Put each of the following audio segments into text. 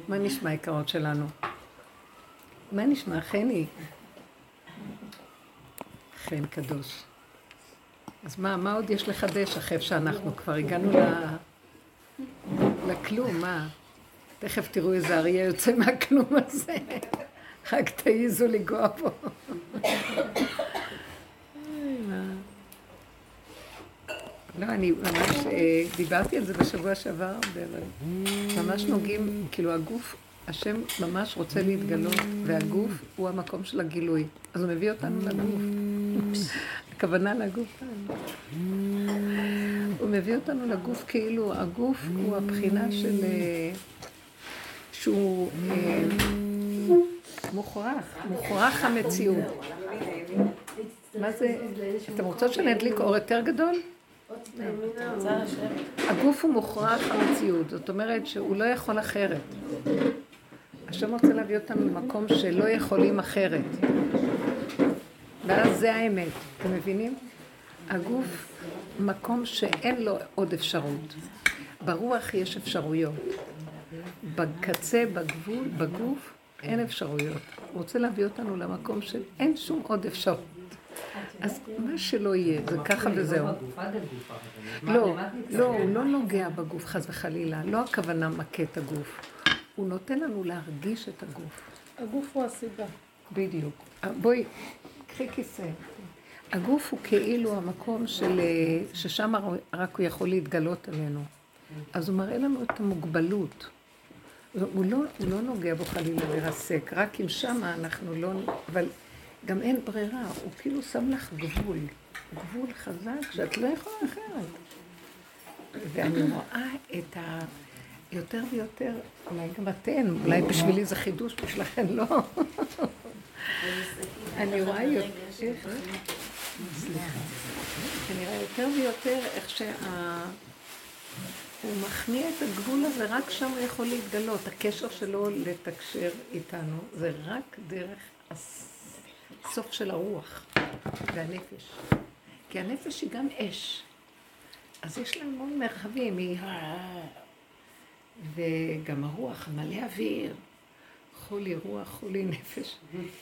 מה נשמע יקרות שלנו? מה נשמע, חני? חן קדוש. אז מה עוד יש לחדש אחרי שאנחנו כבר הגענו לכלום, מה? תכף תראו איזה אריה יוצא מהכלום הזה. רק תעיזו לגוע בו. לא, אני ממש דיברתי על זה בשבוע שעבר, אבל ממש נוגעים, כאילו הגוף, השם ממש רוצה להתגלות, והגוף הוא המקום של הגילוי. אז הוא מביא אותנו לגוף. הכוונה לגוף. הוא מביא אותנו לגוף כאילו, הגוף הוא הבחינה של... שהוא מוכרח המציאות. מה זה? אתם רוצות שנדליק אור יותר גדול? הגוף הוא מוכרח המציאות, זאת אומרת שהוא לא יכול אחרת. השם רוצה להביא אותנו למקום שלא יכולים אחרת. ואז זה האמת, אתם מבינים? הגוף מקום שאין לו עוד אפשרות. ברוח יש אפשרויות. בקצה, בגבול, בגוף, אין אפשרויות. הוא רוצה להביא אותנו למקום שאין שום עוד אפשרות. אז מה שלא יהיה, זה ככה וזהו. לא, הוא לא נוגע בגוף, חס וחלילה. לא הכוונה מכה את הגוף. הוא נותן לנו להרגיש את הגוף. הגוף הוא הסיבה. בדיוק. בואי, קחי כיסא. הגוף הוא כאילו המקום ששם רק הוא יכול להתגלות עלינו. אז הוא מראה לנו את המוגבלות. הוא לא נוגע בו חלילה לרסק, רק אם שמה אנחנו לא... אבל גם אין ברירה, הוא כאילו שם לך גבול חזק שאת לא יכולה אחרת. ואני רואה את יותר ויותר, אולי גם אתן, אולי בשבילי זה חידוש, בשבילכן לא. אני רואה יותר ויותר איך הוא מכניע את הגבול הזה, רק שם הוא יכול להתגלות. הקשר שלו לתקשר איתנו, זה רק דרך הסוף של הרוח והנפש. כי הנפש היא גם אש. אז יש לה המון מרחבים, וגם הרוח מלא אוויר, חולי רוח, חולי נפש.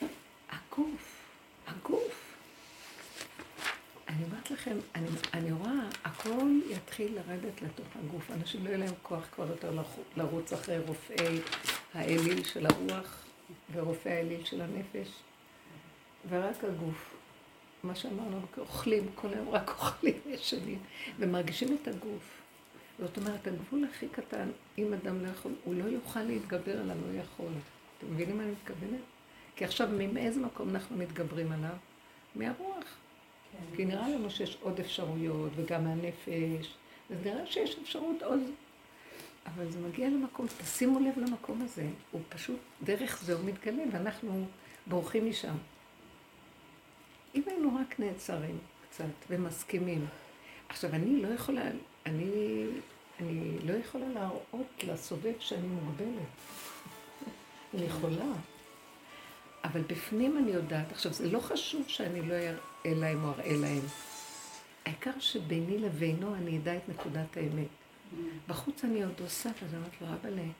הגוף. אני אומרת לכם, אני רואה, הכל יתחיל לרדת לתוך הגוף. אנשים לא יהיה להם כוח כבר יותר לרוץ אחרי רופאי האליל של הרוח ורופאי האליל של הנפש. ורק הגוף. מה שאמרנו, אוכלים, כל היום רק אוכלים ישנים, ומרגישים את הגוף. זאת אומרת, הגבול הכי קטן, אם אדם לא יכול, הוא לא יוכל להתגבר עליו, לא יכול. אתם מבינים מה אני מתכוונת? כי עכשיו, מאיזה מקום אנחנו מתגברים עליו? מהרוח. כי נראה לנו שיש עוד אפשרויות, וגם מהנפש, אז נראה שיש אפשרות עוד. אבל זה מגיע למקום, תשימו לב למקום הזה, הוא פשוט, דרך זה הוא מתגלה, ואנחנו בורחים משם. אם היינו רק נעצרים קצת ומסכימים. עכשיו, אני לא יכולה להראות לסובב שאני מוגבלת. אני יכולה. אבל בפנים אני יודעת, עכשיו זה לא חשוב שאני לא אראה להם או אראה להם. העיקר שביני לבינו אני אדע את נקודת האמת. בחוץ אני עוד עושה, אז אני אומרת לו,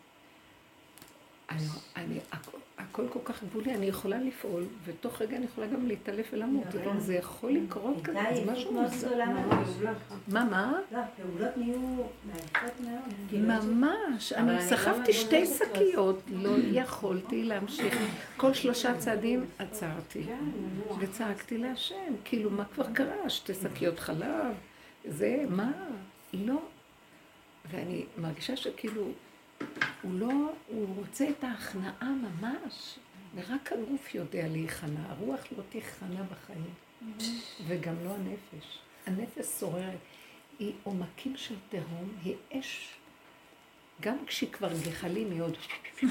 אבל הכל כל כך גבולי, אני יכולה לפעול, ותוך רגע אני יכולה גם להתעלף ולמות. זה יכול לקרות כזה, זה משהו מוזר. מה? לא, הפעולות נהיו מערכות מאוד. ממש, אני סחבתי 2 שקיות, לא יכולתי להמשיך. כל 3 צעדים עצרתי, וצעקתי להשם, כאילו מה כבר קרה? 2 שקיות חלב, זה, מה? לא. ואני מרגישה שכאילו, הוא רוצה את ההכנעה ממש, ורק הגוף יודע להיכנע, הרוח לא תיכנע בחיים, וגם לא הנפש. הנפש שוררת, היא עומקים של תהום, היא אש, גם כשהיא כבר גחלים היא עוד...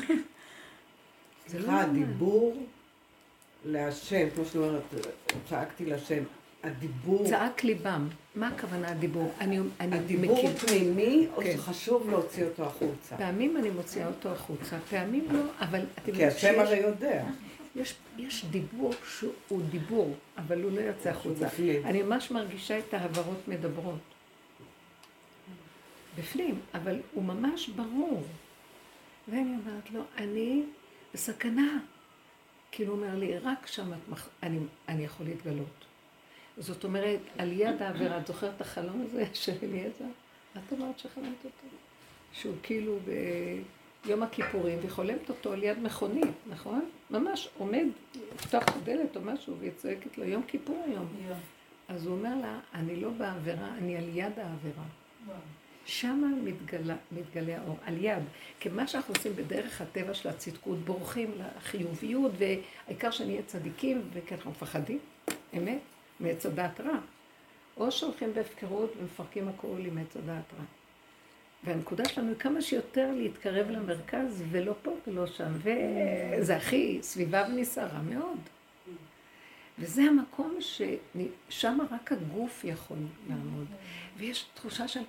זה לא הדיבור להשם, כמו שאת אומרת, צעקתי להשם, הדיבור... צעק ליבם, מה הכוונה הדיבור? הדיבור פנימי, או שחשוב להוציא אותו החוצה? פעמים אני מוציאה אותו החוצה, פעמים לא, אבל... כי השם הרי יודע. יש דיבור שהוא דיבור, אבל הוא לא יוצא החוצה. אני ממש מרגישה את ההעברות מדברות. בפנים, אבל הוא ממש ברור. ואני אומרת לו, אני בסכנה. כאילו הוא אומר לי, רק שם אני יכול להתגלות. זאת אומרת, על יד העבירה, את זוכרת את החלום הזה של אליעזר? את אמרת שחלמת אותו? שהוא כאילו ביום הכיפורים, וחולמת אותו על יד מכונית, נכון? ממש עומד, פתח את הדלת או משהו, והיא צועקת לו, יום כיפור היום. אז הוא אומר לה, אני לא בעבירה, אני על יד העבירה. שמה מתגלה האור, על יד. כי מה שאנחנו עושים בדרך הטבע של הצדקות, בורחים לחיוביות, והעיקר שנהיה צדיקים, וכי אנחנו מפחדים, אמת, מעץ הדעת רע. או שהולכים בהפקרות ומפרקים הכל עם עץ הדעת רע. והנקודה שלנו היא כמה שיותר להתקרב למרכז, ולא פה ולא שם. וזה הכי סביבה וניסה מאוד. וזה המקום ששם רק הגוף יכול לעמוד. ויש תחושה של...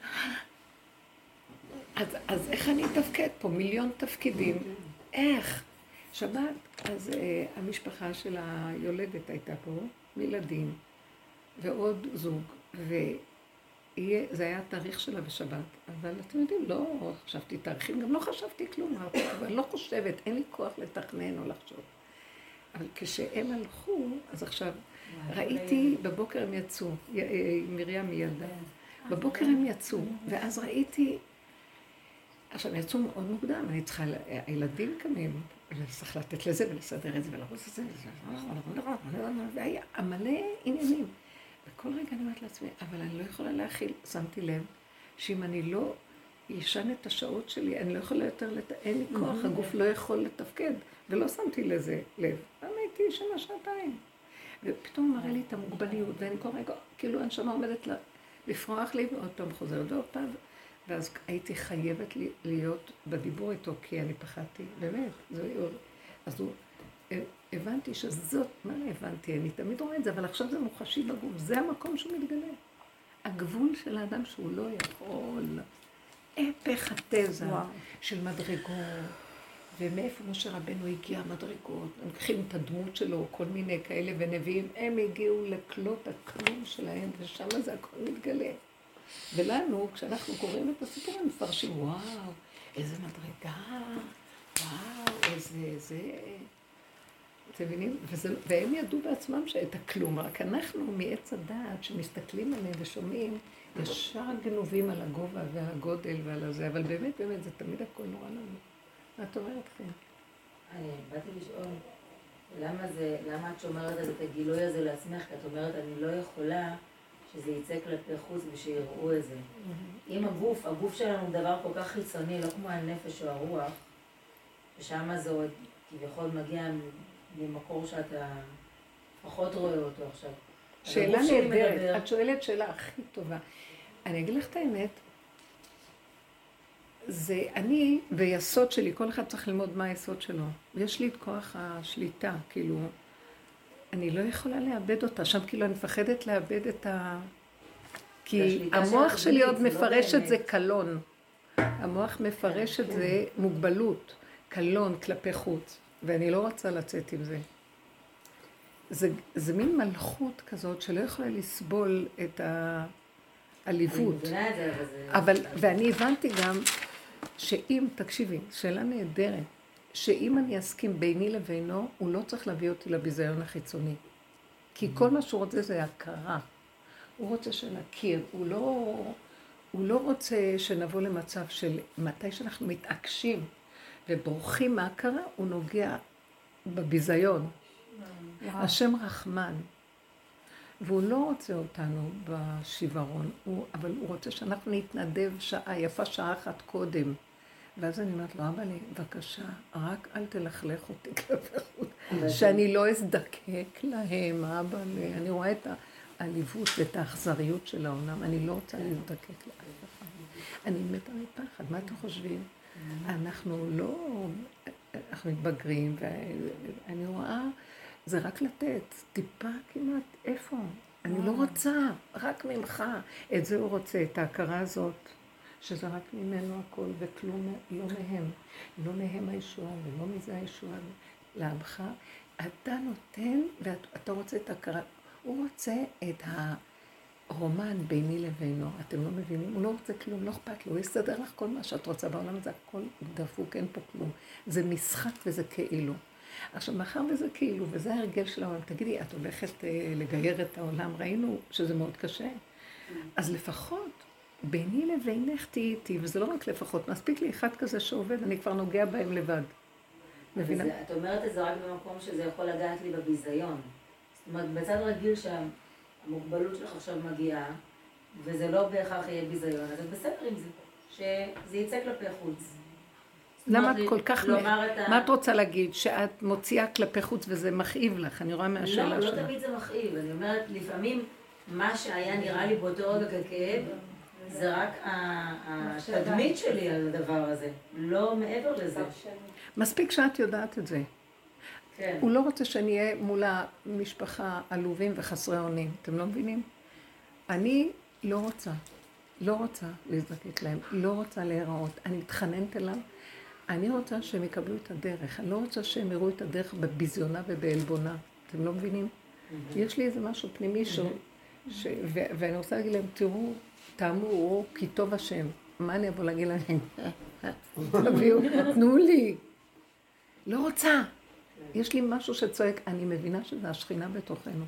אז איך אני אתפקד פה? מיליון תפקידים. איך? שבת, אז המשפחה של היולדת הייתה פה, מילדים, ועוד זוג, וזה היה התאריך שלה בשבת. אבל אתם יודעים, לא חשבתי תאריכים, גם לא חשבתי כלום, אבל לא חושבת, אין לי כוח לתכנן או לחשוב. אבל כשהם הלכו, אז עכשיו, ראיתי, בבוקר הם יצאו, מרים ילדה, בבוקר הם יצאו, ואז ראיתי, עכשיו יצאו מאוד מוקדם, אני צריכה, הילדים קמים, וצריך לתת לזה ולסדר את זה ולרוץ את זה, והיה מלא עניינים. וכל רגע אני אומרת לעצמי, אבל אני לא יכולה להכיל, שמתי לב, שאם אני לא ישן את השעות שלי, אני לא יכולה יותר, אין לי כוח, הגוף לא יכול לתפקד, ולא שמתי לזה לב. אני הייתי ישנה שעתיים. ופתאום מראה לי את המוגבליות, ואני כל רגע, כאילו הנשמה עומדת לפרוח לי, ועוד פעם חוזרת ועוד פעם, ואז הייתי חייבת להיות בדיבור איתו, כי אני פחדתי, באמת. אז הבנתי שזאת, מה לא הבנתי? אני תמיד רואה את זה, אבל עכשיו זה מוחשי בגוף, זה המקום שהוא מתגלה. הגבול של האדם שהוא לא יכול, הפך התזה של מדרגות, ומאיפה משה רבנו הגיע המדרגות, הם לוקחים את הדמות שלו, כל מיני כאלה ונביאים, הם הגיעו לקלוט הכלום שלהם, ושם זה הכל מתגלה. ולנו, כשאנחנו קוראים את הסיפור, הם מפרשים, וואו, איזה מדרגה, וואו, איזה... אתם מבינים? והם ידעו בעצמם שאת הכלום, רק אנחנו מעץ הדעת שמסתכלים עליהם ושומעים, ישר גנובים על הגובה והגודל ועל הזה, אבל באמת, זה תמיד הכל נורא לנו. מה את אומרת לכם? אני באתי לשאול, למה את שומרת את הגילוי הזה לעצמך? כי את אומרת, אני לא יכולה שזה יצא כלפי חוץ ושיראו את זה. אם הגוף שלנו הוא דבר כל כך חיצוני, לא כמו הנפש או הרוח, ושם זה עוד כביכול מגיע ממקור שאתה פחות רואה אותו עכשיו. שאלה נהדרת, את שואלת שאלה הכי טובה. אני אגיד לך את האמת, זה אני ביסוד שלי, כל אחד צריך ללמוד מה היסוד שלו. יש לי את כוח השליטה, כאילו, אני לא יכולה לאבד אותה, שם כאילו אני מפחדת לאבד את כי המוח שלי עוד מפרש את זה קלון. המוח מפרש את זה מוגבלות, קלון כלפי חוץ, ואני לא רוצה לצאת עם זה. זה מין מלכות כזאת שלא יכולה לסבול את העליבות. ואני הבנתי גם שאם, תקשיבי, שאלה נהדרת, שאם אני אסכים ביני לבינו, הוא לא צריך להביא אותי לביזיון החיצוני. כי כל מה שהוא רוצה זה הכרה. הוא רוצה שנכיר, הוא לא רוצה שנבוא למצב של מתי שאנחנו מתעקשים ובורחים מהכרה, הוא נוגע בביזיון. השם רחמן. והוא לא רוצה אותנו בשברון, אבל הוא רוצה שאנחנו נתנדב שעה, יפה שעה אחת קודם. ואז אני אומרת לו, אבא לי, בבקשה, רק אל תלכלך אותי כלפי חוץ, שאני לא אזדקק להם, אבא לי. אני רואה את העליבות ואת האכזריות של העולם, אני לא רוצה להזדקק לאף אחד. אני מתה מפחד, מה אתם חושבים? אנחנו מתבגרים, ואני רואה, זה רק לתת, טיפה כמעט, איפה? אני לא רוצה, רק ממך. את זה הוא רוצה, את ההכרה הזאת, שזה רק ממנו הכל, וכלום לא מהם. לא מהם הישועה, ולא מזה הישועה לעמך. אתה נותן, ואתה רוצה את ההכרה. הוא רוצה את רומן ביני לבינו, אתם לא מבינים, הוא לא רוצה כלום, לא אכפת לו, הוא יסתדר לך כל מה שאת רוצה בעולם הזה, הכל דפוק, אין פה כלום. זה משחק וזה כאילו. עכשיו, מאחר וזה כאילו, וזה ההרגל של העולם, תגידי, את הולכת לגייר את העולם, ראינו שזה מאוד קשה. אז לפחות, ביני לבינך תהיי איתי, וזה לא רק לפחות, מספיק לי אחד כזה שעובד, אני כבר נוגע בהם לבד. מבינה? את אומרת את זה רק במקום שזה יכול לגעת לי בביזיון. זאת אומרת, בצד רגיל שהמוגבלות שלך עכשיו מגיעה, וזה לא בהכרח יהיה ביזיון, אז את בסדר עם זה, שזה יצא כלפי חוץ. למה את כל כך... מה את רוצה להגיד? שאת מוציאה כלפי חוץ וזה מכאיב לך? אני רואה מהשאלה שלך. לא תמיד זה מכאיב. אני אומרת, לפעמים מה שהיה נראה לי באותו רגע ככאב, זה רק התדמית שלי על הדבר הזה. לא מעבר לזה. מספיק שאת יודעת את זה. כן. הוא לא רוצה שאני אהיה מול המשפחה עלובים וחסרי אונים. אתם לא מבינים? אני לא רוצה להזדקק להם. לא רוצה להיראות. אני מתחננת אליו. אני רוצה שהם יקבלו את הדרך. אני לא רוצה שהם יראו את הדרך בביזיונה ובעלבונה. אתם לא מבינים? יש לי איזה משהו פנימי ואני רוצה להגיד להם, תראו, תאמרו, כי טוב השם. מה אני אבוא להגיד להם? תביאו, תנו לי. לא רוצה. יש לי משהו שצועק, אני מבינה שזה השכינה בתוכנו.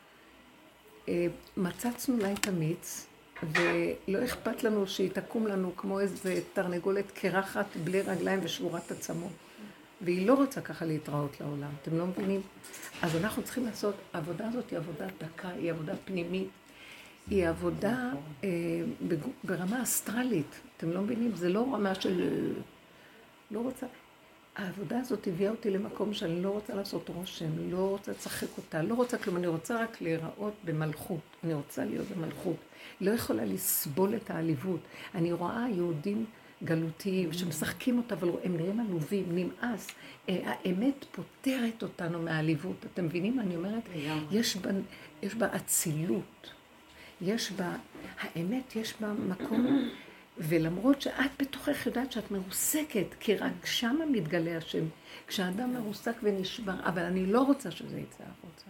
מצצנו לה את המיץ, ולא אכפת לנו שהיא תקום לנו כמו איזה תרנגולת קרחת בלי רגליים ושבורת עצמות. והיא לא רוצה ככה להתראות לעולם, אתם לא מבינים? אז אנחנו צריכים לעשות, העבודה הזאת היא עבודה דקה, היא עבודה פנימית, היא עבודה ברמה אסטרלית, אתם לא מבינים? זה לא רמה של... לא רוצה... העבודה הזאת הביאה אותי למקום שאני לא רוצה לעשות רושם, לא רוצה לצחק אותה, לא רוצה כלום, אני רוצה רק להיראות במלכות, אני רוצה להיות במלכות, לא יכולה לסבול את העליבות. אני רואה יהודים גלותיים שמשחקים אותה, אבל הם נראים עלובים, נמאס. האמת פותרת אותנו מהעליבות, אתם מבינים מה אני אומרת? יש בה אצילות, יש בה, האמת יש בה מקום... ולמרות שאת בתוכך יודעת שאת מרוסקת, כי רק שם מתגלה השם. כשאדם מרוסק ונשבר, אבל אני לא רוצה שזה יצא החוצה.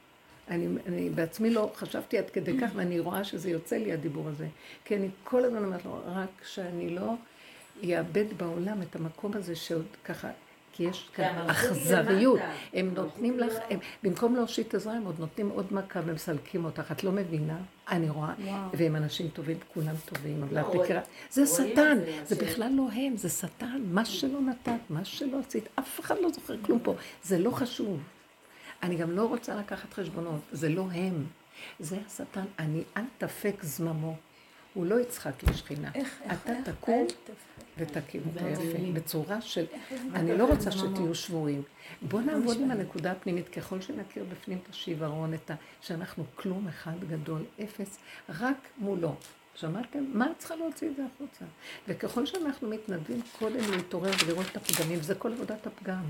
אני בעצמי לא חשבתי עד כדי כך, ואני רואה שזה יוצא לי הדיבור הזה. כי אני כל הזמן אומרת לו, רק שאני לא יאבד בעולם את המקום הזה שעוד ככה, כי יש כאן אכזריות. הם נותנים לך, במקום להושיט עזרה, הם עוד נותנים עוד מכה ומסלקים אותך. את לא מבינה? אני רואה, והם אנשים טובים, כולם טובים, אבל את מכירה, זה שטן, זה בכלל לא הם, זה שטן, מה שלא נתת, מה שלא עשית, אף אחד לא זוכר כלום פה, זה לא חשוב. אני גם לא רוצה לקחת חשבונות, זה לא הם, זה השטן, אל תפק זממו, הוא לא יצחק לשכינה, אתה תקום ותקים אותה יפה, בצורה של, אני לא רוצה שתהיו שבורים. בוא נעבוד עם הנקודה הפנימית, ככל שנכיר בפנים את השיוורון, שאנחנו כלום אחד גדול, אפס, רק מולו. שמעתם? מה את צריכה להוציא את זה החוצה? וככל שאנחנו מתנדבים קודם להתעורר ולראות את הפגמים, זה כל עבודת הפגם.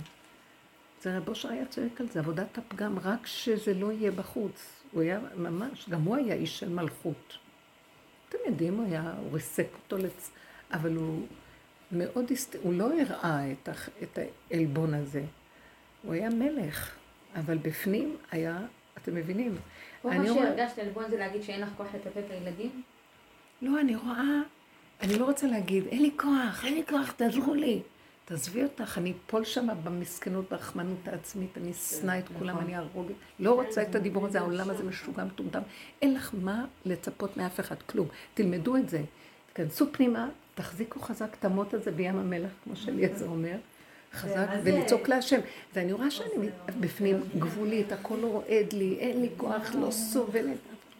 זה רבו שהיה צועק על זה, עבודת הפגם, רק שזה לא יהיה בחוץ. הוא היה ממש, גם הוא היה איש של מלכות. אתם יודעים, הוא ריסק אותו אבל הוא מאוד, הוא לא הראה את העלבון הזה. הוא היה מלך, אבל בפנים היה, אתם מבינים? כל מה שהרגשת עלבון זה להגיד שאין לך כוח לטפל את הילדים? לא, אני רואה, אני לא רוצה להגיד, אין לי כוח, תעזרו לי. תעזבי אותך, אני אפול שם במסכנות, ברחמנות העצמית, אני אשנא את כולם, אני ארוג. לא רוצה את הדיבור הזה, העולם הזה משוגע, מטומטם. אין לך מה לצפות מאף אחד, כלום. תלמדו את זה. תכנסו פנימה, תחזיקו חזק את המוט הזה בים המלח, כמו שאליעזר אומר, חזק, ולצעוק להשם. ואני רואה שאני בפנים גבולית, הכל לא רועד לי, אין לי כוח, לא סובלת,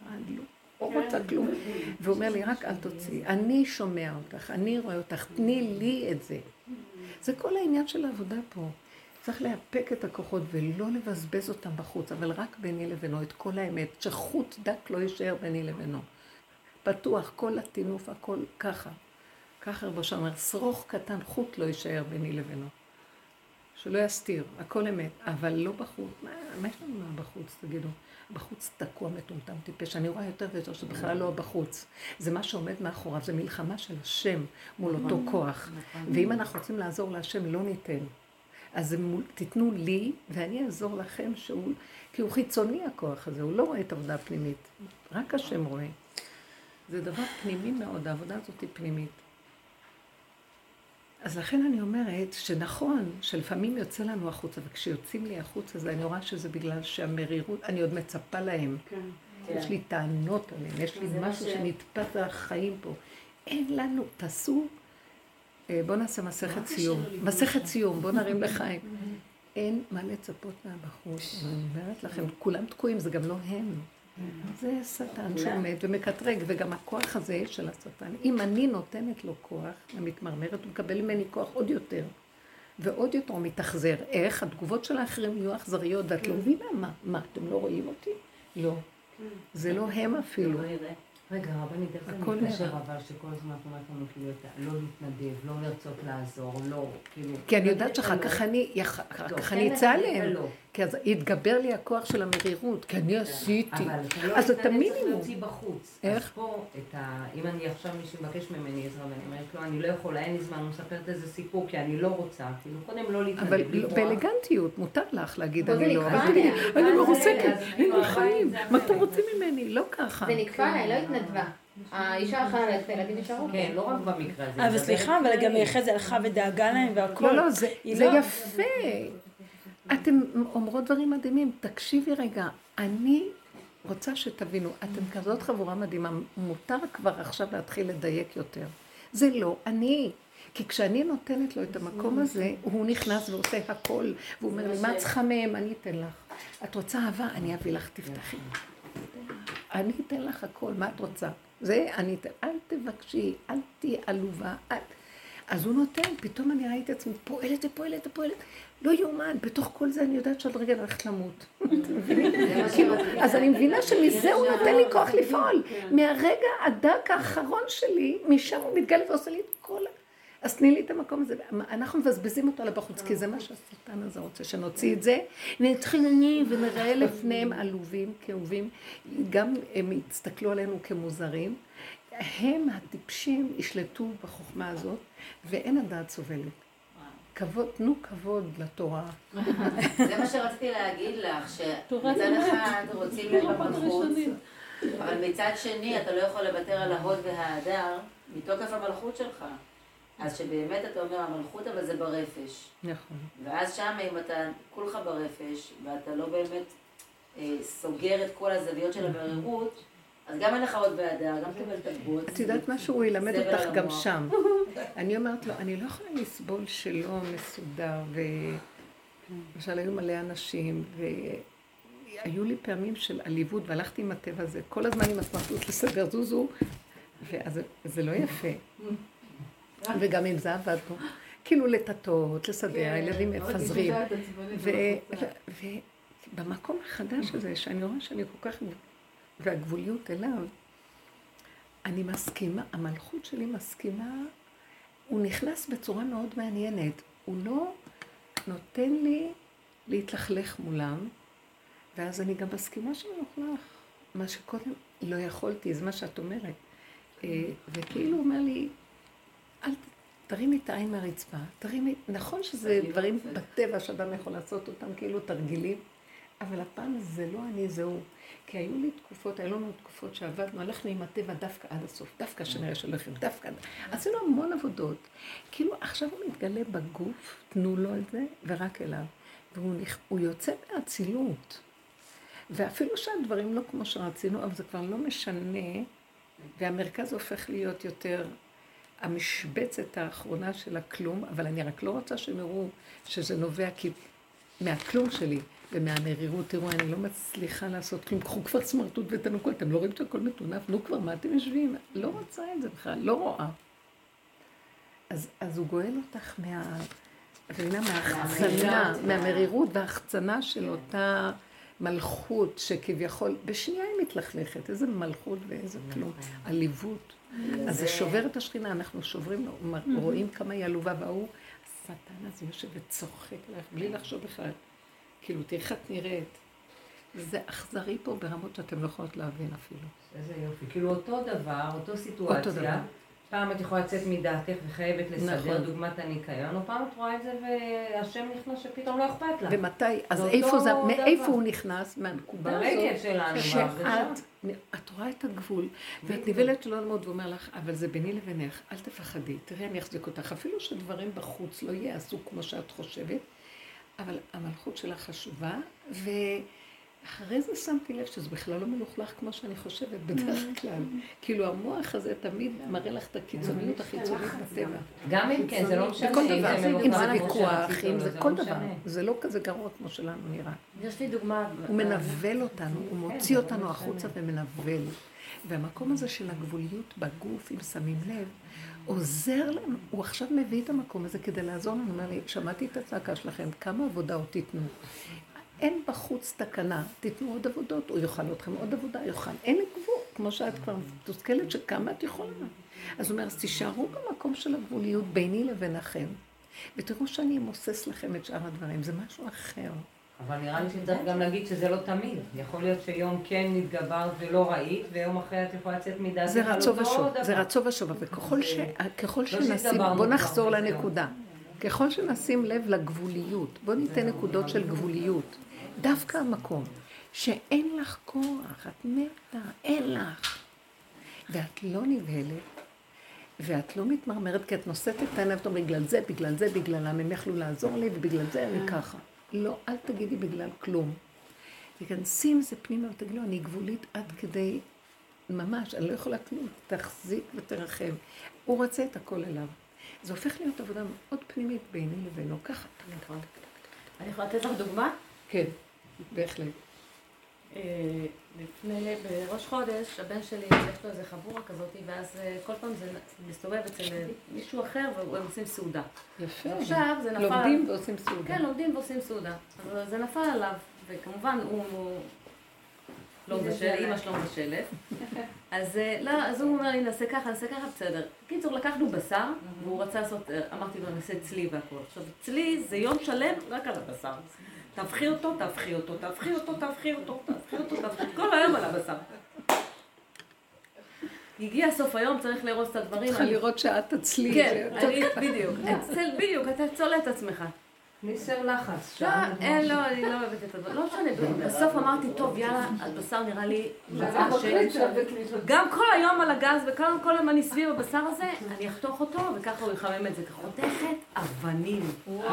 לא רוצה כלום. והוא אומר לי, רק אל תוציא, אני שומע אותך, אני רואה אותך, תני לי את זה. זה כל העניין של העבודה פה. צריך להפק את הכוחות ולא לבזבז אותם בחוץ, אבל רק ביני לבינו, את כל האמת, שחוט דק לא יישאר ביני לבינו. פתוח, כל התינוף, הכל ככה. ככה רבו שאומר, שרוך קטן, חוט לא יישאר ביני לבינו. שלא יסתיר, הכל אמת, אבל לא בחוץ. מה יש לנו בחוץ, תגידו? בחוץ תקוע מטומטם טיפש. אני רואה יותר ויותר שזה בכלל לא בחוץ. זה מה שעומד מאחוריו, זה מלחמה של השם מול אותו כוח. ואם אנחנו רוצים לעזור להשם, לא ניתן. אז תיתנו לי, ואני אעזור לכם, כי הוא חיצוני הכוח הזה, הוא לא רואה את העבודה הפנימית. רק השם רואה. זה דבר פנימי מאוד, העבודה הזאת היא פנימית. אז לכן אני אומרת שנכון, שלפעמים יוצא לנו החוצה, וכשיוצאים לי החוצה, אז אני רואה שזה בגלל שהמרירות, אני עוד מצפה להם. יש לי טענות עליהם, יש לי משהו שנתפס על החיים פה. אין לנו, תעשו, בואו נעשה מסכת סיום. מסכת סיום, בואו נרים לחיים. אין מה לצפות מהבחוץ. אני אומרת לכם, כולם תקועים, זה גם לא הם. זה שטן שעומד ומקטרג, וגם הכוח הזה של השטן. אם אני נותנת לו כוח ומתמרמרת, הוא מקבל ממני כוח עוד יותר. ועוד יותר הוא מתאכזר. איך? התגובות של האחרים יהיו אכזריות, ואת לא מבינה מה? אתם לא רואים אותי? לא. זה לא הם אפילו. רגע, רבנית, איך זה מתקשר אבל שכל הזמן את אומרת לנו כאילו לא להתנדב, לא לרצות לעזור, לא, כאילו... כי אני יודעת שאחר כך אני אצא עליהם. כי אז יתגבר לי הכוח של המרירות, כי אני עשיתי. אז את המינימום. צריך להוציא בחוץ. איך? אז פה, אם אני עכשיו מישהו מבקש ממני עזרה, ואני אומרת לו, אני לא יכולה, אין לי זמן, הוא מספרת איזה סיפור, כי אני לא רוצה, כאילו קודם לא להתנדב. אבל באלגנטיות, מותר לך להגיד אני לא. אני מרוסקת, אין לי חיים. מה אתם רוצים ממני? לא ככה. זה נקפא עליי, לא התנדבה. האישה הלכה ללכת, הילדים נשארו. כן, לא רק במקרה הזה. אבל סליחה, אבל גם אחרי זה הלכה ודאגה להם והכל. לא, זה יפה. אתם אומרות דברים מדהימים. תקשיבי רגע, אני רוצה שתבינו, אתם כזאת חבורה מדהימה, מותר כבר עכשיו להתחיל לדייק יותר. זה לא אני. כי כשאני נותנת לו את המקום הזה, הוא נכנס ועושה הכל, והוא אומר לי, מה צריכה מהם? אני אתן לך. את רוצה אהבה? אני אביא לך, תפתחי. אני אתן לך הכל, מה את רוצה? זה אני אתן, אל תבקשי, אל תהי עלובה, אז הוא נותן, פתאום אני ראיתי את עצמי, פועלת, לא יאומן, בתוך כל זה אני יודעת שעד רגע הולכת למות. אז אני מבינה שמזה הוא נותן לי כוח לפעול. מהרגע הדק האחרון שלי, משם הוא מתגלה ועושה לי את כל... אז תני לי את המקום הזה. אנחנו מבזבזים אותו לבחוץ, כי זה מה שהשטן הזה רוצה, שנוציא את זה. נתחיל אני ונראה לפניהם עלובים, כאובים. גם הם יסתכלו עלינו כמוזרים. הם הטיפשים ישלטו בחוכמה הזאת, ואין הדעת סובלת. כבוד, תנו כבוד לתורה. זה מה שרציתי להגיד לך, שמצד אחד רוצים להיות במלכות, אבל מצד שני אתה לא יכול לוותר על ההוד וההדר מתוקף המלכות שלך. אז שבאמת אתה אומר המלכות, אבל זה ברפש. נכון. ואז שם אם אתה כולך ברפש, ואתה לא באמת סוגר את כל הזוויות של המרירות, אז גם אין לך עוד והדר, גם תקבל את הגבוץ. את יודעת משהו, הוא ילמד אותך גם שם. אני אומרת לו, אני לא יכולה לסבול שלא מסודר, למשל היו מלא אנשים, והיו לי פעמים של עליבות, והלכתי עם הטבע הזה, כל הזמן עם הסמכות לסדר זוזו, ואז זה לא יפה. וגם עם זה עבדנו. כאילו לטטות, לסדר, הילדים מפזרים. ובמקום החדש הזה, שאני רואה שאני כל כך... והגבוליות אליו, אני מסכימה, המלכות שלי מסכימה, הוא נכנס בצורה מאוד מעניינת. הוא לא נותן לי להתלכלך מולם, ואז אני גם מסכימה שאני אוכלך. מה שקודם לא יכולתי, זה מה שאת אומרת. וכאילו הוא אומר לי, אל תרימי את העין מהרצפה, נכון שזה דברים בטבע שאדם יכול לעשות אותם, כאילו תרגילים, אבל הפעם זה לא אני, זה הוא. כי היו לנו תקופות שעבדנו, הלכנו עם הטבע דווקא עד הסוף, דווקא שנראה שלכם, דווקא. עשינו המון עבודות. כאילו עכשיו הוא מתגלה בגוף, תנו לו את זה, ורק אליו. והוא יוצא מהצילות. ואפילו שהדברים לא כמו שרצינו, אבל זה כבר לא משנה, והמרכז הופך להיות יותר המשבצת האחרונה של הכלום, אבל אני רק לא רוצה שהם יראו שזה נובע מהכלום שלי. ומהמרירות, תראו, אני לא מצליחה לעשות כלום, קחו כבר סמרטוט ותנוקות, אתם לא רואים שהכל מטונף, נו כבר, מה אתם יושבים? לא רוצה את זה בכלל, לא רואה. אז הוא גואל אותך מההחצנה, מהמרירות וההחצנה של אותה מלכות שכביכול, בשנייה היא מתלכלכת, איזה מלכות ואיזה כלום, עליבות. אז זה שובר את השכינה, אנחנו שוברים, רואים כמה היא עלובה, והוא, השטן הזה יושב וצוחק לך, בלי לחשוב בכלל. כאילו, תראי איך את נראית. זה אכזרי פה ברמות שאתם לא יכולות להבין אפילו. איזה יופי. כאילו אותו דבר, אותו סיטואציה, פעם את יכולה לצאת מדעתך וחייבת לסדר נכון. דוגמת הניקיון, או פעם את רואה את זה והשם נכנס שפתאום לא אכפת לה. ומתי, אז זה איפה אותו זה, דבר. מאיפה הוא נכנס? מהנקודה ברגל הזאת, שלנו, את רואה את הגבול, ואת נבלת שלא למוד ואומר לך, אבל זה ביני לבינך, אל תפחדי, תראי אני אחזיק אותך, אפילו שדברים בחוץ לא יעשו כמו שאת חושבת, אבל המלכות שלה חשובה, ואחרי זה שמתי לב שזה בכלל לא מלוכלך כמו שאני חושבת בדרך כלל. כאילו המוח הזה תמיד מראה לך את הקיצוניות החיצונית בטבע. גם אם כן, זה לא משנה. בכל דבר, אם זה מלוכלך, ויכוח, אם זה לא כל משנה. דבר, זה לא כזה גרוע כמו שלנו נראה. יש לי דוגמה. הוא מנבל אותנו, הוא מוציא אותנו החוצה ומנבל. והמקום הזה של הגבוליות בגוף, אם שמים לב, עוזר לנו. הוא עכשיו מביא את המקום הזה כדי לעזור לנו. הוא אומר לי, שמעתי את הצעקה שלכם, כמה עבודה עוד תיתנו. אין בחוץ תקנה, תיתנו עוד עבודות, הוא יאכל אתכם עוד עבודה, יאכל. אין גבול, כמו שאת כבר תוסכלת שכמה את יכולה. אז הוא אומר, אז תישארו במקום של הגבוליות ביני לבינכם, ותראו שאני מוסס לכם את שאר הדברים, זה משהו אחר. אבל נראה לי שצריך גם להגיד שזה לא תמיד. יכול להיות שיום כן נתגברת ולא ראית, ויום אחרי את יכולה לצאת מדעתך זה על רצו אותו ושוב, דבר. זה רצו ושוב, וככל שנשים, שהתגברנו בוא כבר, נחזור וזהו. לנקודה. ככל שנשים לב לגבוליות, בוא ניתן נקודות של גבוליות. דווקא המקום שאין לך כוח, את מתה, אין לך. ואת לא נבהלת, ואת לא מתמרמרת, כי את נושאת את העיניים, בגלל זה, בגללם, הם יכלו לעזור לי, ובגלל זה אני ככה. לא, אל תגידי בגלל כלום. תכנסי עם זה פנימה ותגידי לו, אני גבולית עד כדי, ממש, אני לא יכולה כלום, תחזיק ותרחם. הוא רוצה את הכל אליו. זה הופך להיות עבודה מאוד פנימית ביני לבינו, ככה. אני יכולה לתת לך דוגמה? כן, בהחלט. לפני, בראש חודש, הבן שלי, יש לו איזה חבורה כזאת, ואז כל פעם זה מסתובב אצל מישהו אחר, והם עושים סעודה. יפה. עכשיו זה נפל... לומדים ועושים סעודה. כן, לומדים ועושים סעודה. אבל זה נפל עליו, וכמובן הוא לא מבשל, אמא שלו מבשלת. אז הוא אומר לי, נעשה ככה, בסדר. בקיצור, לקחנו בשר, והוא רצה לעשות, אמרתי לו, נעשה צלי והכל. עכשיו, צלי זה יום שלם רק על הבשר. תבחי אותו, כל היום על הבשר. הגיע סוף היום, צריך לראות את הדברים. צריכה לראות שאת תצלי. כן, בדיוק, אתה צולה את עצמך. ניסר לחץ. אין, לא, אני לא אוהבת את הדבר. לא משנה, בסוף אמרתי, טוב, יאללה, הבשר נראה לי... גם כל היום על הגז, וכל היום אני סביב הבשר הזה, אני אחתוך אותו, וככה הוא יחמם את זה. חותכת אבנים.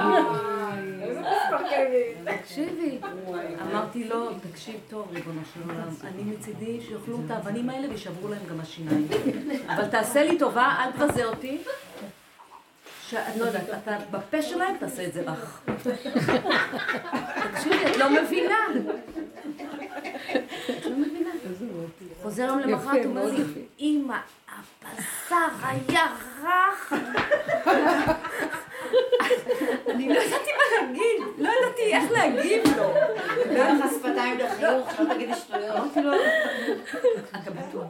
תקשיבי. אמרתי לו, תקשיב טוב, ריבונו של עולם, אני מצידי שיאכלו את האבנים האלה וישברו להם גם השיניים. אבל תעשה לי טובה, אל תבזה אותי. שאת לא יודעת, אתה בפה שלהם תעשה את זה לך. תקשיבי, את לא מבינה. חוזר יום למחרת, הוא אומר לי, אמא, הבשר היה רך. אני לא ידעתי מה להגיד, לא ידעתי איך להגיב לו. לא לך שפתיים לחיוך, לא תגידי שטויות. אמרתי לו, אתה בטוח.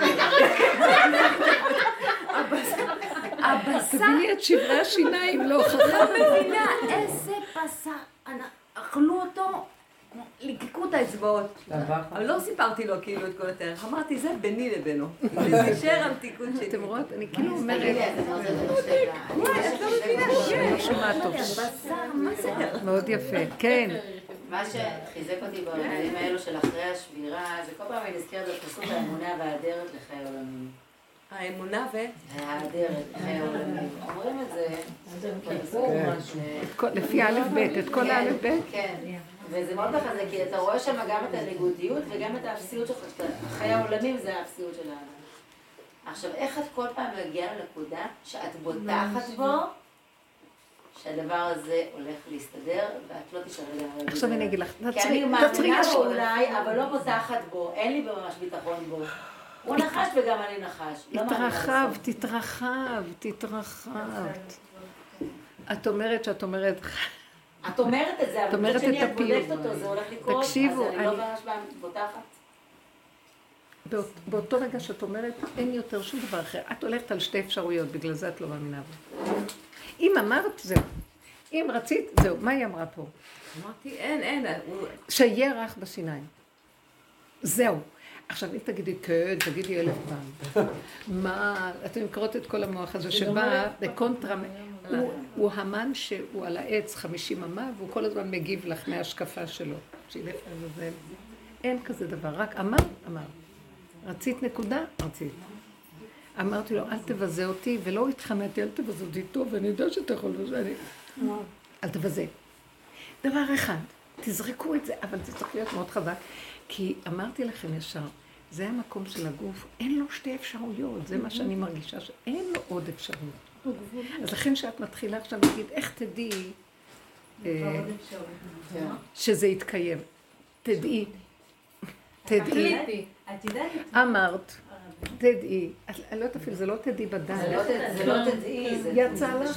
הבשר... תביני את שברי השיניים, לא חכם. לא מבינה איזה בשר. אכלו אותו, ליקקו את האצבעות. אבל לא סיפרתי לו כאילו את כל התארך. אמרתי, זה ביני לבינו. זה נשאר המתיקות שלי. אתם רואות, אני כאילו אומרת... וואי, את לא מבינה. אני לא שומעת טוב. בשר, מה זה? מאוד יפה, כן. מה שחיזק אותי ברגעים האלו של אחרי השבירה, זה כל פעם אני נזכרת בפסוק האמונה והאדרת לחיי עולמים. האמונה האדרת לחיי עולמים. אומרים את זה בפסוק לפי א' ב', את כל א' ב'? כן, וזה מאוד מחזק, כי אתה רואה שם גם את הניגודיות וגם את האפסיות שלך. חיי העולמים זה האפסיות של האדם. עכשיו, איך את כל פעם מגיעה לנקודה שאת בוטחת בו, שהדבר הזה הולך להסתדר, ואת לא תשארי להרגיע. עכשיו אני אגיד לך, כי אני מאמינה בו אולי, אבל לא בוטחת בו, אין לי ממש ביטחון בו. הוא נחש וגם אני נחש. תתרחבת. את אומרת שאת אומרת... את אומרת את זה, אבל מצד שני את בודקת אותו, זה הולך לקרות, תקשיבו, אז אני לא ממש בוטחת. באותו רגע שאת אומרת, אין יותר שום דבר אחר. את הולכת על שתי אפשרויות, בגלל זה את לא מאמינה בו. אם אמרת, זהו. אם רצית, זהו. מה היא אמרה פה? אמרתי, אין. שיהיה רך בשיניים. זהו. עכשיו, אם תגידי כן, תגידי 1000 פעם. מה, אתם מקרות את כל המוח הזה שבא בקונטרה, הוא המן שהוא על העץ 50 אמה, והוא כל הזמן מגיב לך מההשקפה שלו. שילך לעזאזל. אין כזה דבר, רק אמר. רצית נקודה? רצית. אמרתי לו, אל תבזה אותי, ולא התחמאתי, אל תבזה אותי טוב, אני יודע שאתה יכול לבזה, אל תבזה. דבר אחד, תזרקו את זה, אבל זה צריך להיות מאוד חזק, כי אמרתי לכם ישר, זה המקום של הגוף, אין לו שתי אפשרויות, זה מה שאני מרגישה, שאין לו עוד אפשרויות. אז לכן שאת מתחילה עכשיו להגיד, איך תדעי שזה יתקיים? תדעי. אמרת, תדעי, אני לא יודעת אפילו, זה לא תדעי בדעת. זה לא תדעי, זה יצא לך,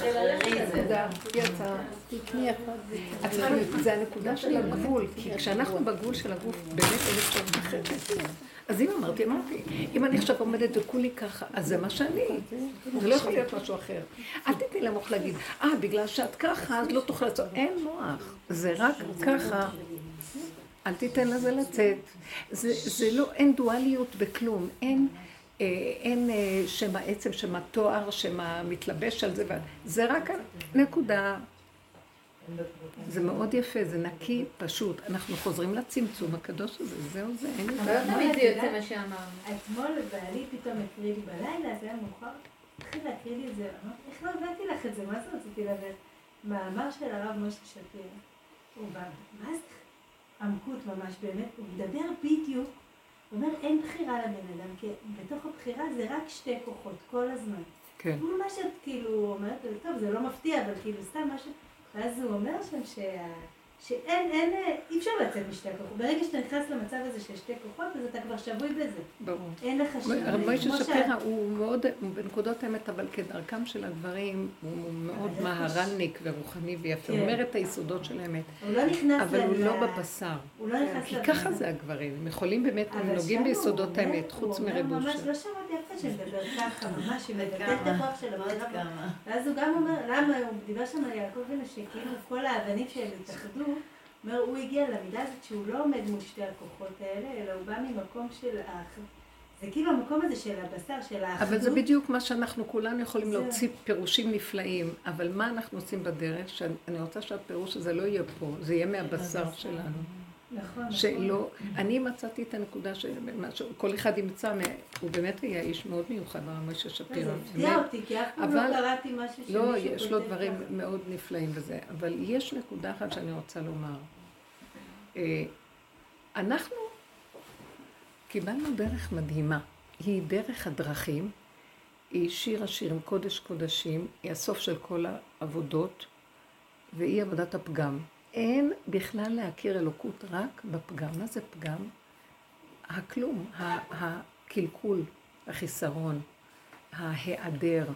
יצא, תתני אחד. זה הנקודה של הגבול, כי כשאנחנו בגבול של הגוף, באמת אין אפשרות אחרת. אז אם אמרתי, אם אני עכשיו עומדת וכולי ככה, אז זה מה שאני, זה לא יכול להיות משהו אחר. אל תתני למוח להגיד, בגלל שאת ככה, אז לא תוכל לעשות, אין מוח, זה רק ככה. אל תיתן לזה לצאת. זה לא, אין דואליות בכלום, אין שם העצם, שם התואר, שם המתלבש על זה, זה רק נקודה. זה מאוד יפה, זה נקי, פשוט. אנחנו חוזרים לצמצום הקדוש הזה, זהו זה, אין לי. לא תמיד זה יוצא מה שאמרנו. אתמול בעלי פתאום הקריא לי בלילה, זה היה מאוחר, התחיל להקריא לי את זה, אמרתי, איך לא הבאתי לך את זה, מה זה רציתי להביא? מאמר של הרב משה שפירא, הוא בא, מה זה עמקות ממש באמת, הוא מדבר בדיוק, הוא אומר, אין בחירה לבן אדם, כי בתוך הבחירה זה רק שתי כוחות, כל הזמן. כן. הוא ממש כאילו אומרת, טוב, זה לא מפתיע, אבל כאילו סתם משהו, ואז הוא אומר שם שאין, אי אפשר לצאת משתי כוחות. ברגע שאתה נכנס למצב הזה של שתי כוחות, אז אתה כבר שבוי בזה. ברור. אין לך שם. הרב משה שפירא הוא מאוד, בנקודות האמת, אבל כדרכם של הדברים, הוא מאוד מהר"לניק ורוחני ויפה. הוא אומר את היסודות של האמת. הוא לא נכנס אבל הוא לא בבשר. הוא לא נכנס כי ככה זה הגברים. הם יכולים באמת, הם נוגעים ביסודות האמת, חוץ מריבוש. ממש לא שמעתי אף אחד שמדבר ככה, ממש, שמדבר את הכוח של הבחירה. ואז הוא גם אומר, למה הוא דיבר שם על יעקב בן שכאילו כל האבנים שהם התאחדו, אומר, הוא הגיע למידה הזאת שהוא לא עומד מול שתי הכוחות האלה, אלא הוא בא ממקום של זה כאילו המקום הזה של הבשר, של האחדות. אבל זה בדיוק מה שאנחנו כולנו יכולים להוציא פירושים נפלאים, אבל מה אנחנו עושים בדרך? שאני רוצה שהפירוש הזה לא יהיה פה, זה יהיה מהבשר שלנו. נכון. שלא, אני מצאתי את הנקודה שכל אחד ימצא, הוא באמת היה איש מאוד מיוחד, הרב משה שפירא. זה הפתיע אותי, כי אף פעם לא קראתי משהו שמישהו לא, יש לו דברים מאוד נפלאים בזה, אבל יש נקודה אחת שאני רוצה לומר. אנחנו קיבלנו דרך מדהימה, היא דרך הדרכים, היא שיר השירים, קודש קודשים, היא הסוף של כל העבודות, והיא עבודת הפגם. אין בכלל להכיר אלוקות רק בפגם. מה זה פגם? הכלום, הקלקול, החיסרון, ההיעדר,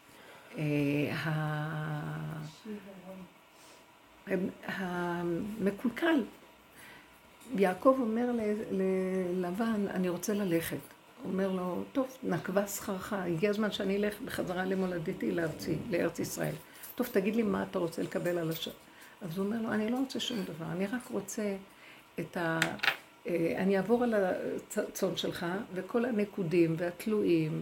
המקולקל. יעקב אומר ללבן, אני רוצה ללכת. הוא אומר לו, טוב, נקבה שכרך, הגיע הזמן שאני אלך בחזרה למולדתי לארץ ישראל. טוב, תגיד לי מה אתה רוצה לקבל על השם. אז הוא אומר לו, אני לא רוצה שום דבר, אני רק רוצה אני אעבור על הצאן שלך, וכל הנקודים והתלויים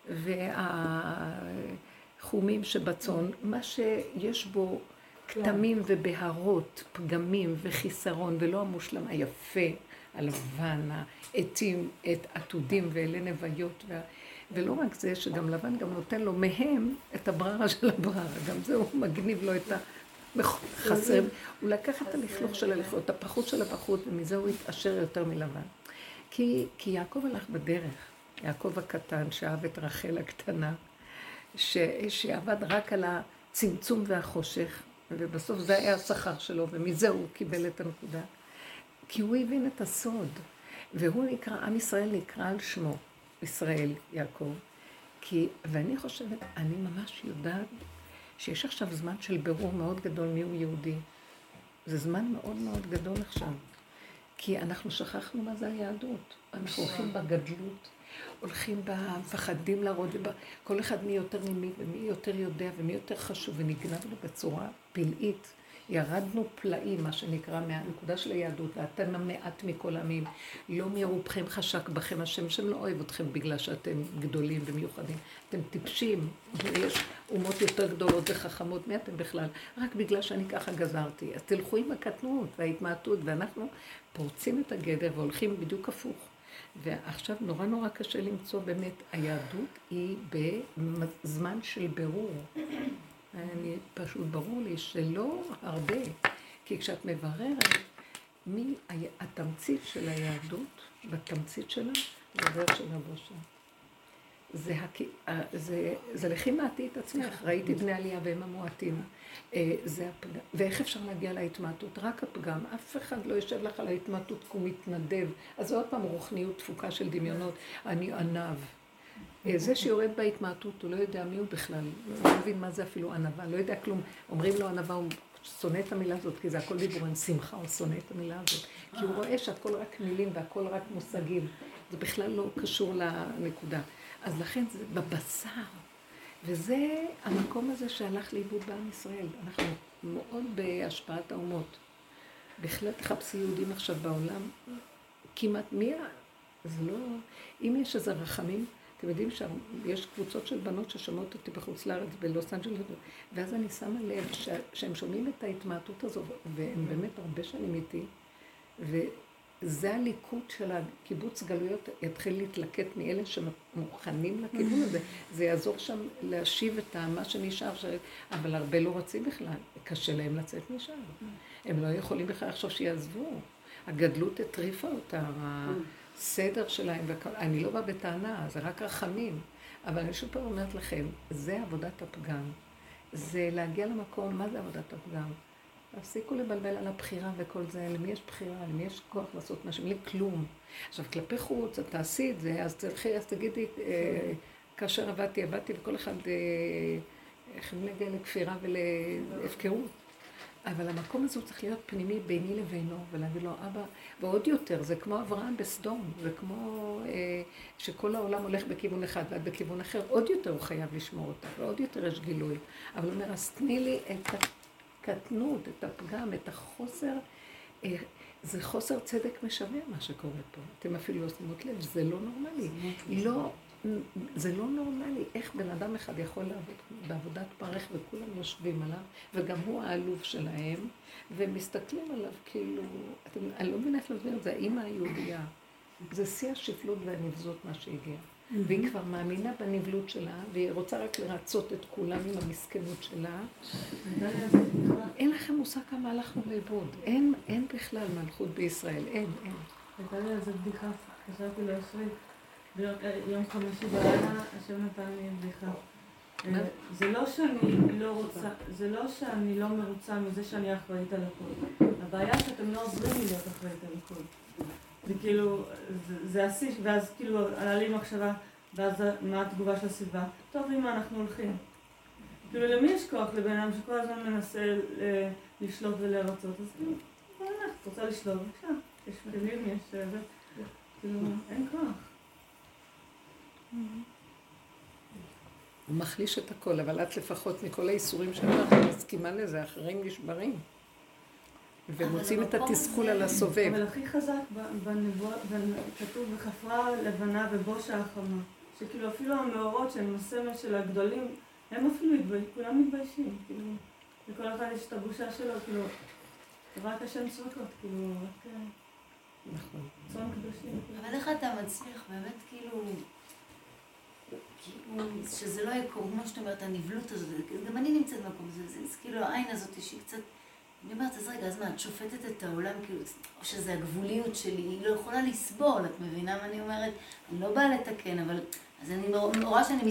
והחומים שבצאן, מה שיש בו כתמים ובהרות, פגמים וחיסרון, ולא המושלם היפה, הלבן, העטים, עתודים ואלה נוויות, ולא רק זה, שגם לבן גם נותן לו מהם את הבררה של הבררה, גם זה הוא מגניב לו את חסר, הוא לקח את הלכלוך של הלכלוך, את הפחות של הפחות, ומזה הוא התעשר יותר מלבן. כי יעקב הלך בדרך, יעקב הקטן, שאהב את רחל הקטנה, שעבד רק על הצמצום והחושך, ובסוף זה היה השכר שלו, ומזה הוא קיבל את הנקודה. כי הוא הבין את הסוד, והוא נקרא, עם ישראל נקרא על שמו, ישראל, יעקב. ואני חושבת, אני ממש יודעת, שיש עכשיו זמן של בירור מאוד גדול מיהו יהודי. זה זמן מאוד מאוד גדול עכשיו. כי אנחנו שכחנו מה זה היהדות. אנחנו הולכים בגדלות, הולכים מפחדים להראות, כל אחד מי יותר ממי, ומי יותר יודע, ומי יותר חשוב, ונגנב לו בצורה פלאית. ירדנו פלאים, מה שנקרא, מהנקודה של היהדות, ואתם המעט מכל העמים, לא מרובכם חשק בכם השם, השם לא אוהב אתכם בגלל שאתם גדולים ומיוחדים, אתם טיפשים, ויש אומות יותר גדולות וחכמות, מי אתם בכלל? רק בגלל שאני ככה גזרתי. אז תלכו עם הקטנות וההתמעטות, ואנחנו פורצים את הגדר והולכים בדיוק הפוך. ועכשיו נורא קשה למצוא באמת, היהדות היא בזמן של ברור. פשוט ברור לי שלא הרבה, כי כשאת מבררת מי התמצית של היהדות, בתמצית שלה, זה דרך של הבושה. זה לכי מעטי את עצמך, ראיתי בני עלייה והם המועטים. ואיך אפשר להגיע להתמעטות? רק הפגם, אף אחד לא יושב לך על ההתמעטות כי הוא מתנדב. אז זה עוד פעם רוחניות תפוקה של דמיונות, אני ענב. זה שיורד בהתמעטות, הוא לא יודע מי הוא בכלל, הוא לא מבין מה זה אפילו ענבה, לא יודע כלום. אומרים לו ענבה, הוא שונא את המילה הזאת, כי זה הכל דיבורים, שמחה, הוא שונא את המילה הזאת. כי הוא רואה שהכל רק מילים והכל רק מושגים. זה בכלל לא קשור לנקודה. אז לכן זה בבשר. וזה המקום הזה שהלך לאיבוד בעם ישראל. אנחנו מאוד בהשפעת האומות. בהחלט תחפשי יהודים עכשיו בעולם. כמעט זה לא... אם יש איזה רחמים, אתם יודעים שיש קבוצות של בנות ששמעות אותי בחוץ לארץ, בלוס אנג'לס, ואז אני שמה לב שהם שומעים את ההתמעטות הזו, והם באמת הרבה שנים איתי, וזה הליכוד של הקיבוץ גלויות, יתחיל להתלקט מאלה שמוכנים לכיוון הזה, זה יעזור שם להשיב את מה שנשאר, אבל הרבה לא רוצים בכלל, קשה להם לצאת משם, הם לא יכולים בכלל עכשיו שיעזבו, הגדלות הטריפה אותם, הסדר שלהם, אני לא באה בטענה, זה רק רחמים, אבל אני שוב פעם אומרת לכם, זה עבודת הפגם, זה להגיע למקום, מה זה עבודת הפגם? תפסיקו לבלבל על הבחירה וכל זה, למי יש בחירה, למי יש כוח לעשות משהו, לי כלום. עכשיו, כלפי חוץ, את תעשי את זה, אז תלכי, אז תגידי, כאשר עבדתי, וכל אחד נגיע לכפירה ולהפקרות. אבל המקום הזה צריך להיות פנימי ביני לבינו, ולהגיד לו, אבא, ועוד יותר, זה כמו אברהם בסדום, זה כמו שכל העולם הולך בכיוון אחד ועד בכיוון אחר, עוד יותר הוא חייב לשמור אותה, ועוד יותר יש גילוי. אבל הוא אומר, אז תני לי את הקטנות, את הפגם, את החוסר, זה חוסר צדק משווה מה שקורה פה. אתם אפילו לא שמות לב, זה לא נורמלי. זה לא נורמלי, איך בן אדם אחד יכול לעבוד בעבודת פרך וכולם יושבים עליו, וגם הוא העלוב שלהם, ומסתכלים עליו כאילו, אני לא מבינה איך להסביר את זה, האמא היהודייה, זה שיא השפלות והנבזות מה שהגיע. והיא כבר מאמינה בנבלות שלה, והיא רוצה רק לרצות את כולם עם המסכנות שלה. אין לכם מושג כמה הלכנו לאיבוד, אין בכלל מלכות בישראל, אין. הייתה לי על זה בדיחה, חשבתי להשריק. יום חמישי בלילה, השם נתן לי בדיחה. זה לא שאני לא מרוצה מזה שאני אחראית על הכל. הבעיה שאתם לא עוזרים לי להיות אחראית על הכל. וכאילו, זה השיא, ואז כאילו עלה לי מחשבה, ואז מה התגובה של הסביבה? טוב, אמא, אנחנו הולכים. כאילו, למי יש כוח לבן אדם שכל הזמן מנסה לשלוט ולרצות? אז כאילו, את רוצה לשלוט, בבקשה. יש כלים, יש... כאילו, אין כוח. הוא מחליש את הכל, אבל את לפחות מכל האיסורים שלך, מסכימה לזה, אחרים נשברים. ומוצאים את התסכול על הסובב. אבל הכי חזק בנבואה, כתוב בחפרה לבנה ובושה החמה, שכאילו אפילו המאורות שהם הסמל של הגדולים, הם אפילו כולם מתביישים, כאילו, לכל אחד יש את הבושה שלו, כאילו, רק השם צועקות, כאילו, רק... נכון. צועק קדושים. אבל איך אתה מצליח באמת כאילו... שזה לא יהיה כמו שאתה אומרת, הנבלות הזאת, גם אני נמצאת במקום הזה, זה כאילו העין הזאת שהיא קצת, אני אומרת, אז רגע, אז מה, את שופטת את העולם, כאילו, או שזה הגבוליות שלי, היא לא יכולה לסבול, את מבינה מה אני אומרת? אני לא באה לתקן, אבל, אז אני רואה שאני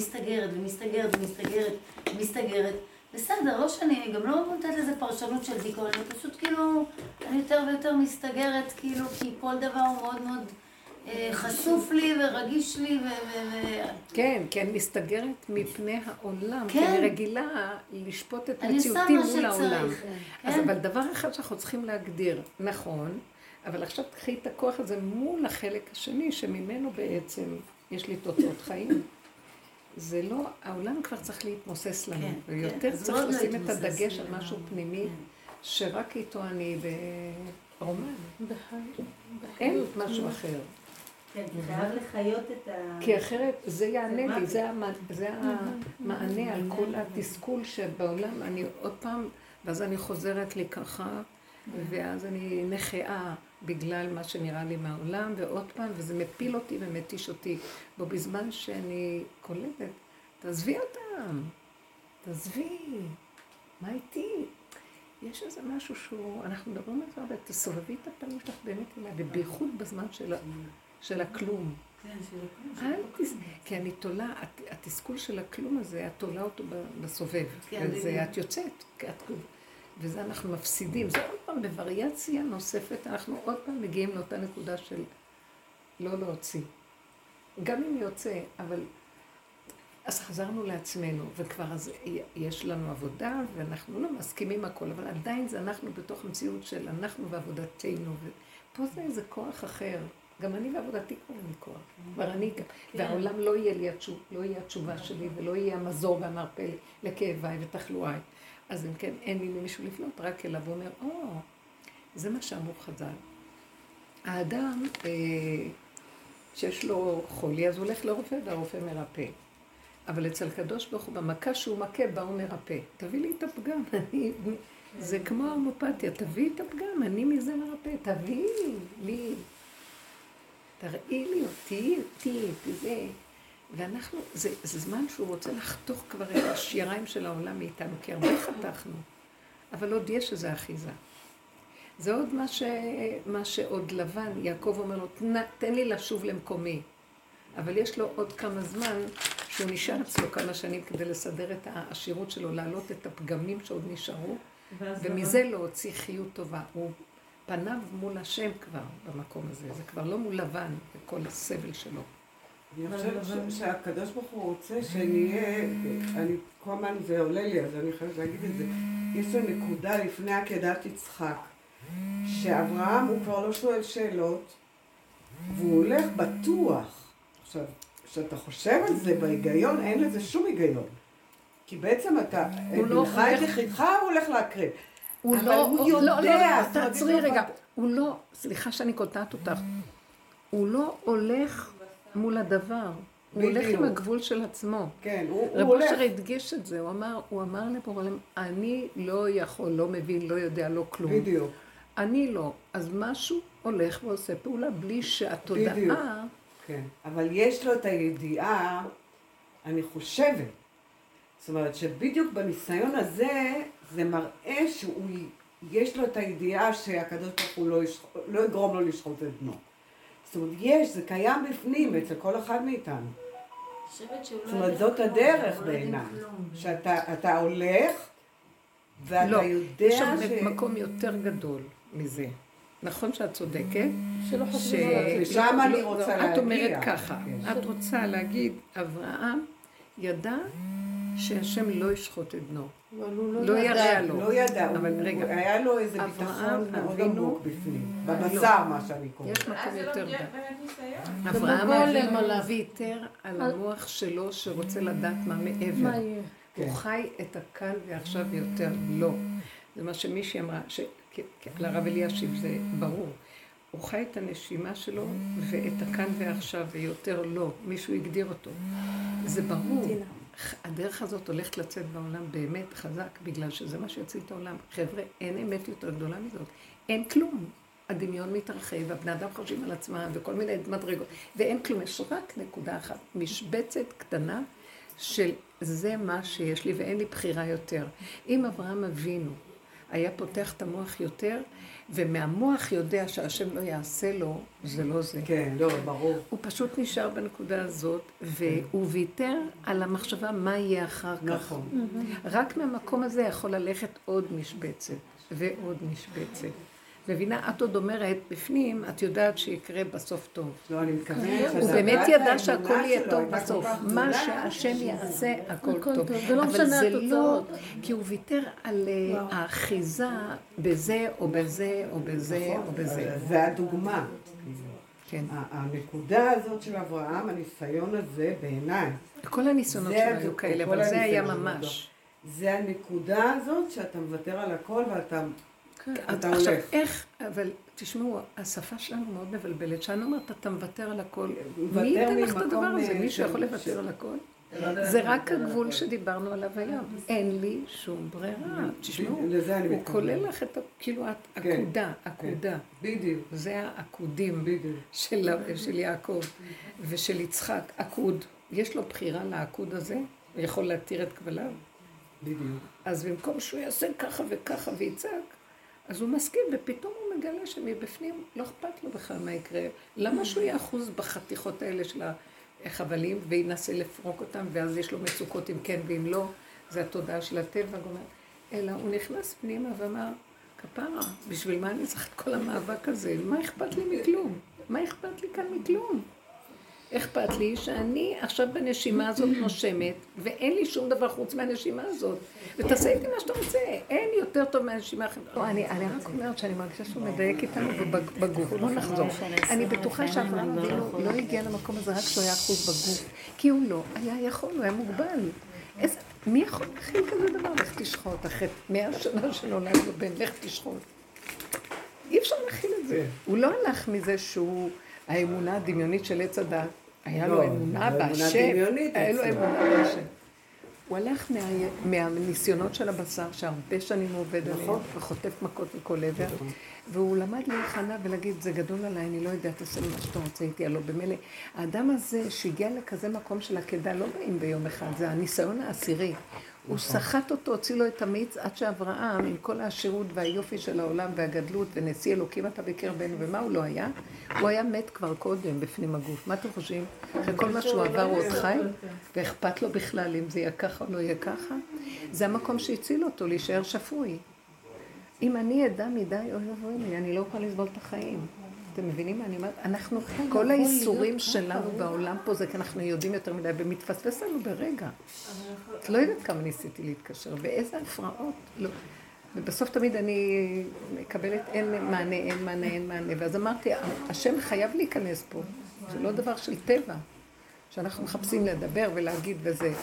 מסתגרת, בסדר, לא שאני, גם לא נותנת לזה פרשנות של דיכאון, אני פשוט כאילו, אני יותר ויותר מסתגרת, כאילו, כי כל דבר הוא מאוד מאוד חשוף לי ורגיש לי כן, כי אני מסתגרת מפני העולם, כי אני רגילה לשפוט את מציאותי מול העולם. אז אבל דבר אחד שאנחנו צריכים להגדיר, נכון, אבל עכשיו תקחי את הכוח הזה מול החלק השני, שממנו בעצם יש לי תוצאות חיים. זה לא, העולם כבר צריך להתמוסס לנו, ויותר צריך לשים את הדגש על משהו פנימי, שרק איתו אני ברומן. אין משהו אחר. כן, אתה חייב לחיות את ה... כי אחרת זה יענה לי, זה המענה על כל התסכול שבעולם אני עוד פעם, ואז אני חוזרת לי ככה, ואז אני נחאה בגלל מה שנראה לי מהעולם, ועוד פעם, וזה מפיל אותי ומתיש אותי. בו בזמן שאני קולטת, תעזבי אותם, תעזבי, מה איתי? יש איזה משהו שהוא, אנחנו מדברים על זה הרבה, תסובבי את הפנים שלך באמת אליי, ובייחוד בזמן של הכלום. כי אני תולה, התסכול של הכלום הזה, את תולה אותו בסובב. את יוצאת, וזה אנחנו מפסידים. זה עוד פעם בווריאציה נוספת, אנחנו עוד פעם מגיעים לאותה נקודה של לא להוציא. גם אם יוצא, אבל... אז חזרנו לעצמנו, וכבר אז יש לנו עבודה, ואנחנו לא מסכימים הכל, אבל עדיין זה אנחנו בתוך מציאות של אנחנו ועבודתנו, ופה זה איזה כוח אחר. גם אני ועבודתי כבר אין לי כוח. כבר אני גם. והעולם לא יהיה התשובה שלי, ולא יהיה המזור והמרפא לכאביי ותחלואיי. אז אם כן, אין לי מישהו לפנות, רק אליו הוא אומר, זה מה שאמרו חז"ל. האדם שיש לו חולי, אז הוא הולך לרופא, והרופא מרפא. אבל אצל קדוש ברוך הוא, במכה שהוא מכה, בא הוא מרפא. תביא לי את הפגם, זה כמו ההומופתיה, תביא את הפגם, אני מזה מרפא, תביא לי. תראי לי אותי, זה. ואנחנו, זה זמן שהוא רוצה לחתוך כבר את השיריים של העולם מאיתנו, כי הרבה חתכנו, אבל עוד יש איזו אחיזה. זה עוד מה שעוד לבן, יעקב אומר לו, תן לי לשוב למקומי. אבל יש לו עוד כמה זמן שהוא נשאר אצלו כמה שנים כדי לסדר את העשירות שלו, להעלות את הפגמים שעוד נשארו, ומזה להוציא חיות טובה. הוא פניו מול השם כבר במקום הזה, זה כבר לא מול לבן וכל הסבל שלו. אני חושבת שהקדוש ברוך הוא רוצה שנהיה, אני כל הזמן זה עולה לי, אז אני חייבת להגיד את זה, יש לו נקודה לפני עקדת יצחק, שאברהם הוא כבר לא שואל שאלות, והוא הולך בטוח. עכשיו, כשאתה חושב על זה בהיגיון, אין לזה שום היגיון. כי בעצם אתה, בנך את יחידך הוא הולך להקריב. הוא לא, תעצרי רגע, הוא לא, סליחה שאני קוטעת אותך, הוא לא הולך מול הדבר, הוא הולך עם הגבול של עצמו. כן, הוא רב הולך. אושר הדגיש את זה, הוא אמר לפורלם, אני לא יכול, לא מבין, לא יודע, לא כלום. בדיוק. אני לא, אז משהו הולך ועושה פעולה בלי שהתודעה... בדיוק. כן, אבל יש לו את הידיעה, אני חושבת. זאת אומרת שבדיוק בניסיון הזה, זה מראה שיש לו את הידיעה שהקדוש ברוך הוא לא יגרום לו לשחוט את בנו. זאת אומרת, זה קיים בפנים אצל כל אחד מאיתנו. זאת אומרת, זאת הדרך בעיניי. שאתה הולך, ואתה יודע יש שם מקום יותר גדול מזה. נכון שאת צודקת? לשם אני רוצה להגיע. את אומרת ככה, את רוצה להגיד, אברהם ידע שהשם לא ישחוט את בנו. לא יראה לו. לא ידע, היה לו איזה ביטחון מאוד עמוק בפנים. בבשר, מה שאני קורא. יש מקום יותר גדול. אברהם אבינו ויתר על המוח שלו שרוצה לדעת מה מעבר. הוא חי את הכאן ועכשיו יותר לא. זה מה שמישהי אמרה, לרב אלישיב זה ברור. הוא חי את הנשימה שלו ואת הכאן ועכשיו ויותר לא. מישהו הגדיר אותו. זה ברור. הדרך הזאת הולכת לצאת בעולם באמת חזק, בגלל שזה מה שיוציא את העולם. חבר'ה, אין אמת יותר גדולה מזאת. אין כלום. הדמיון מתרחב, והבני אדם חושבים על עצמם, וכל מיני מדרגות. ואין כלום, יש רק נקודה אחת. משבצת קטנה של זה מה שיש לי, ואין לי בחירה יותר. אם אברהם אבינו היה פותח את המוח יותר, ומהמוח יודע שהשם לא יעשה לו, זה לא זה. כן, לא, ברור. הוא פשוט נשאר בנקודה הזאת, והוא ויתר על המחשבה מה יהיה אחר כך. נכון. רק מהמקום הזה יכול ללכת עוד משבצת, ועוד משבצת. מבינה, את עוד אומרת, בפנים, את יודעת שיקרה בסוף טוב. לא, אני מתכוונת. הוא באמת ידע שהכל יהיה טוב בסוף. מה שהשם יעשה, הכל טוב. אבל זה לא, כי הוא ויתר על האחיזה בזה או בזה או בזה או בזה. זה הדוגמה. כן. הנקודה הזאת של אברהם, הניסיון הזה בעיניי. כל הניסיונות שלו היו כאלה, אבל זה היה ממש. זה הנקודה הזאת שאתה מוותר על הכל ואתה אתה עכשיו, הולך. איך, אבל תשמעו, השפה שלנו מאוד מבלבלת. שאני אומרת, אתה מוותר על הכל. מוותר מי ייתן לך את ממקום, הדבר הזה? מישהו של- יכול לוותר על הכל? זה רק הגבול שדיברנו עליו היום. אין לי שום ברירה. תשמעו, לזה אני הוא מתכוונת. כולל לך את, כאילו, עקודה, עקודה. בדיוק. זה העקודים בדיוק. של יעקב ושל יצחק. עקוד. יש לו בחירה לעקוד הזה, הוא יכול להתיר את כבליו. בדיוק. אז במקום שהוא יעשה ככה וככה ויצעק, אז הוא מסכים, ופתאום הוא מגלה שמבפנים לא אכפת לו בכלל מה יקרה. למה שהוא יאחוז בחתיכות האלה של החבלים, וינסה לפרוק אותם, ואז יש לו מצוקות אם כן ואם לא, זה התודעה של הטבע, אלא הוא נכנס פנימה ואמר, כפרה, בשביל מה אני צריך את כל המאבק הזה? מה אכפת לי מכלום? מה אכפת לי כאן מכלום? אכפת לי שאני עכשיו בנשימה הזאת נושמת, ואין לי שום דבר חוץ מהנשימה הזאת. ותעשה איתי מה שאתה רוצה, אין יותר טוב מהנשימה אחרת. לא, אני רק אומרת שאני מרגישה שהוא מדייק איתנו בגוף, בוא נחזור. אני בטוחה שאברהם אבינו לא הגיע למקום הזה רק כשהוא היה אחוז בגוף, כי הוא לא היה יכול, הוא היה מוגבל. מי יכול להכיל כזה דבר? לך תשחוט, אחרי 100 שנה שנולד בבן, לך תשחוט. אי אפשר להכיל את זה. הוא לא הלך מזה שהוא האמונה הדמיונית של עץ הדת. היה לו אמונה בהשם. היה לו אמונה בהשם. הוא הלך מהניסיונות של הבשר, שהרבה שנים הוא עובד עליהם, וחוטף מכות מכל עבר, והוא למד להיכנע ולהגיד, זה גדול עליי, אני לא יודע, תעשה מה שאתה רוצה איתי, הלא במילא. האדם הזה שהגיע לכזה מקום של עקדה, לא באים ביום אחד, זה הניסיון העשירי. הוא סחט אותו, הוציא לו את המיץ, עד שאברהם, עם כל העשירות והיופי של העולם והגדלות, ונשיא אלוקים אתה בקרבנו, ומה הוא לא היה? הוא היה מת כבר קודם בפנים הגוף. מה אתם חושבים? אחרי כל מה שהוא עבר הוא עוד חי, ואכפת לו בכלל אם זה יהיה ככה או לא יהיה ככה? זה המקום שהציל אותו, להישאר שפוי. אם אני אדע מדי, אוי אבוי לי, אני לא יכולה לסבול את החיים. אתם מבינים מה אני אומרת? אנחנו, כל האיסורים שלנו בעולם פה זה כי אנחנו יודעים יותר מדי, ומתפספס לנו ברגע. את לא יודעת כמה ניסיתי להתקשר, ואיזה הפרעות. לא. ובסוף תמיד אני מקבלת אין מענה, אין מענה, אין מענה. ואז אמרתי, השם חייב להיכנס פה. זה לא דבר של טבע, שאנחנו מחפשים לדבר ולהגיד וזה.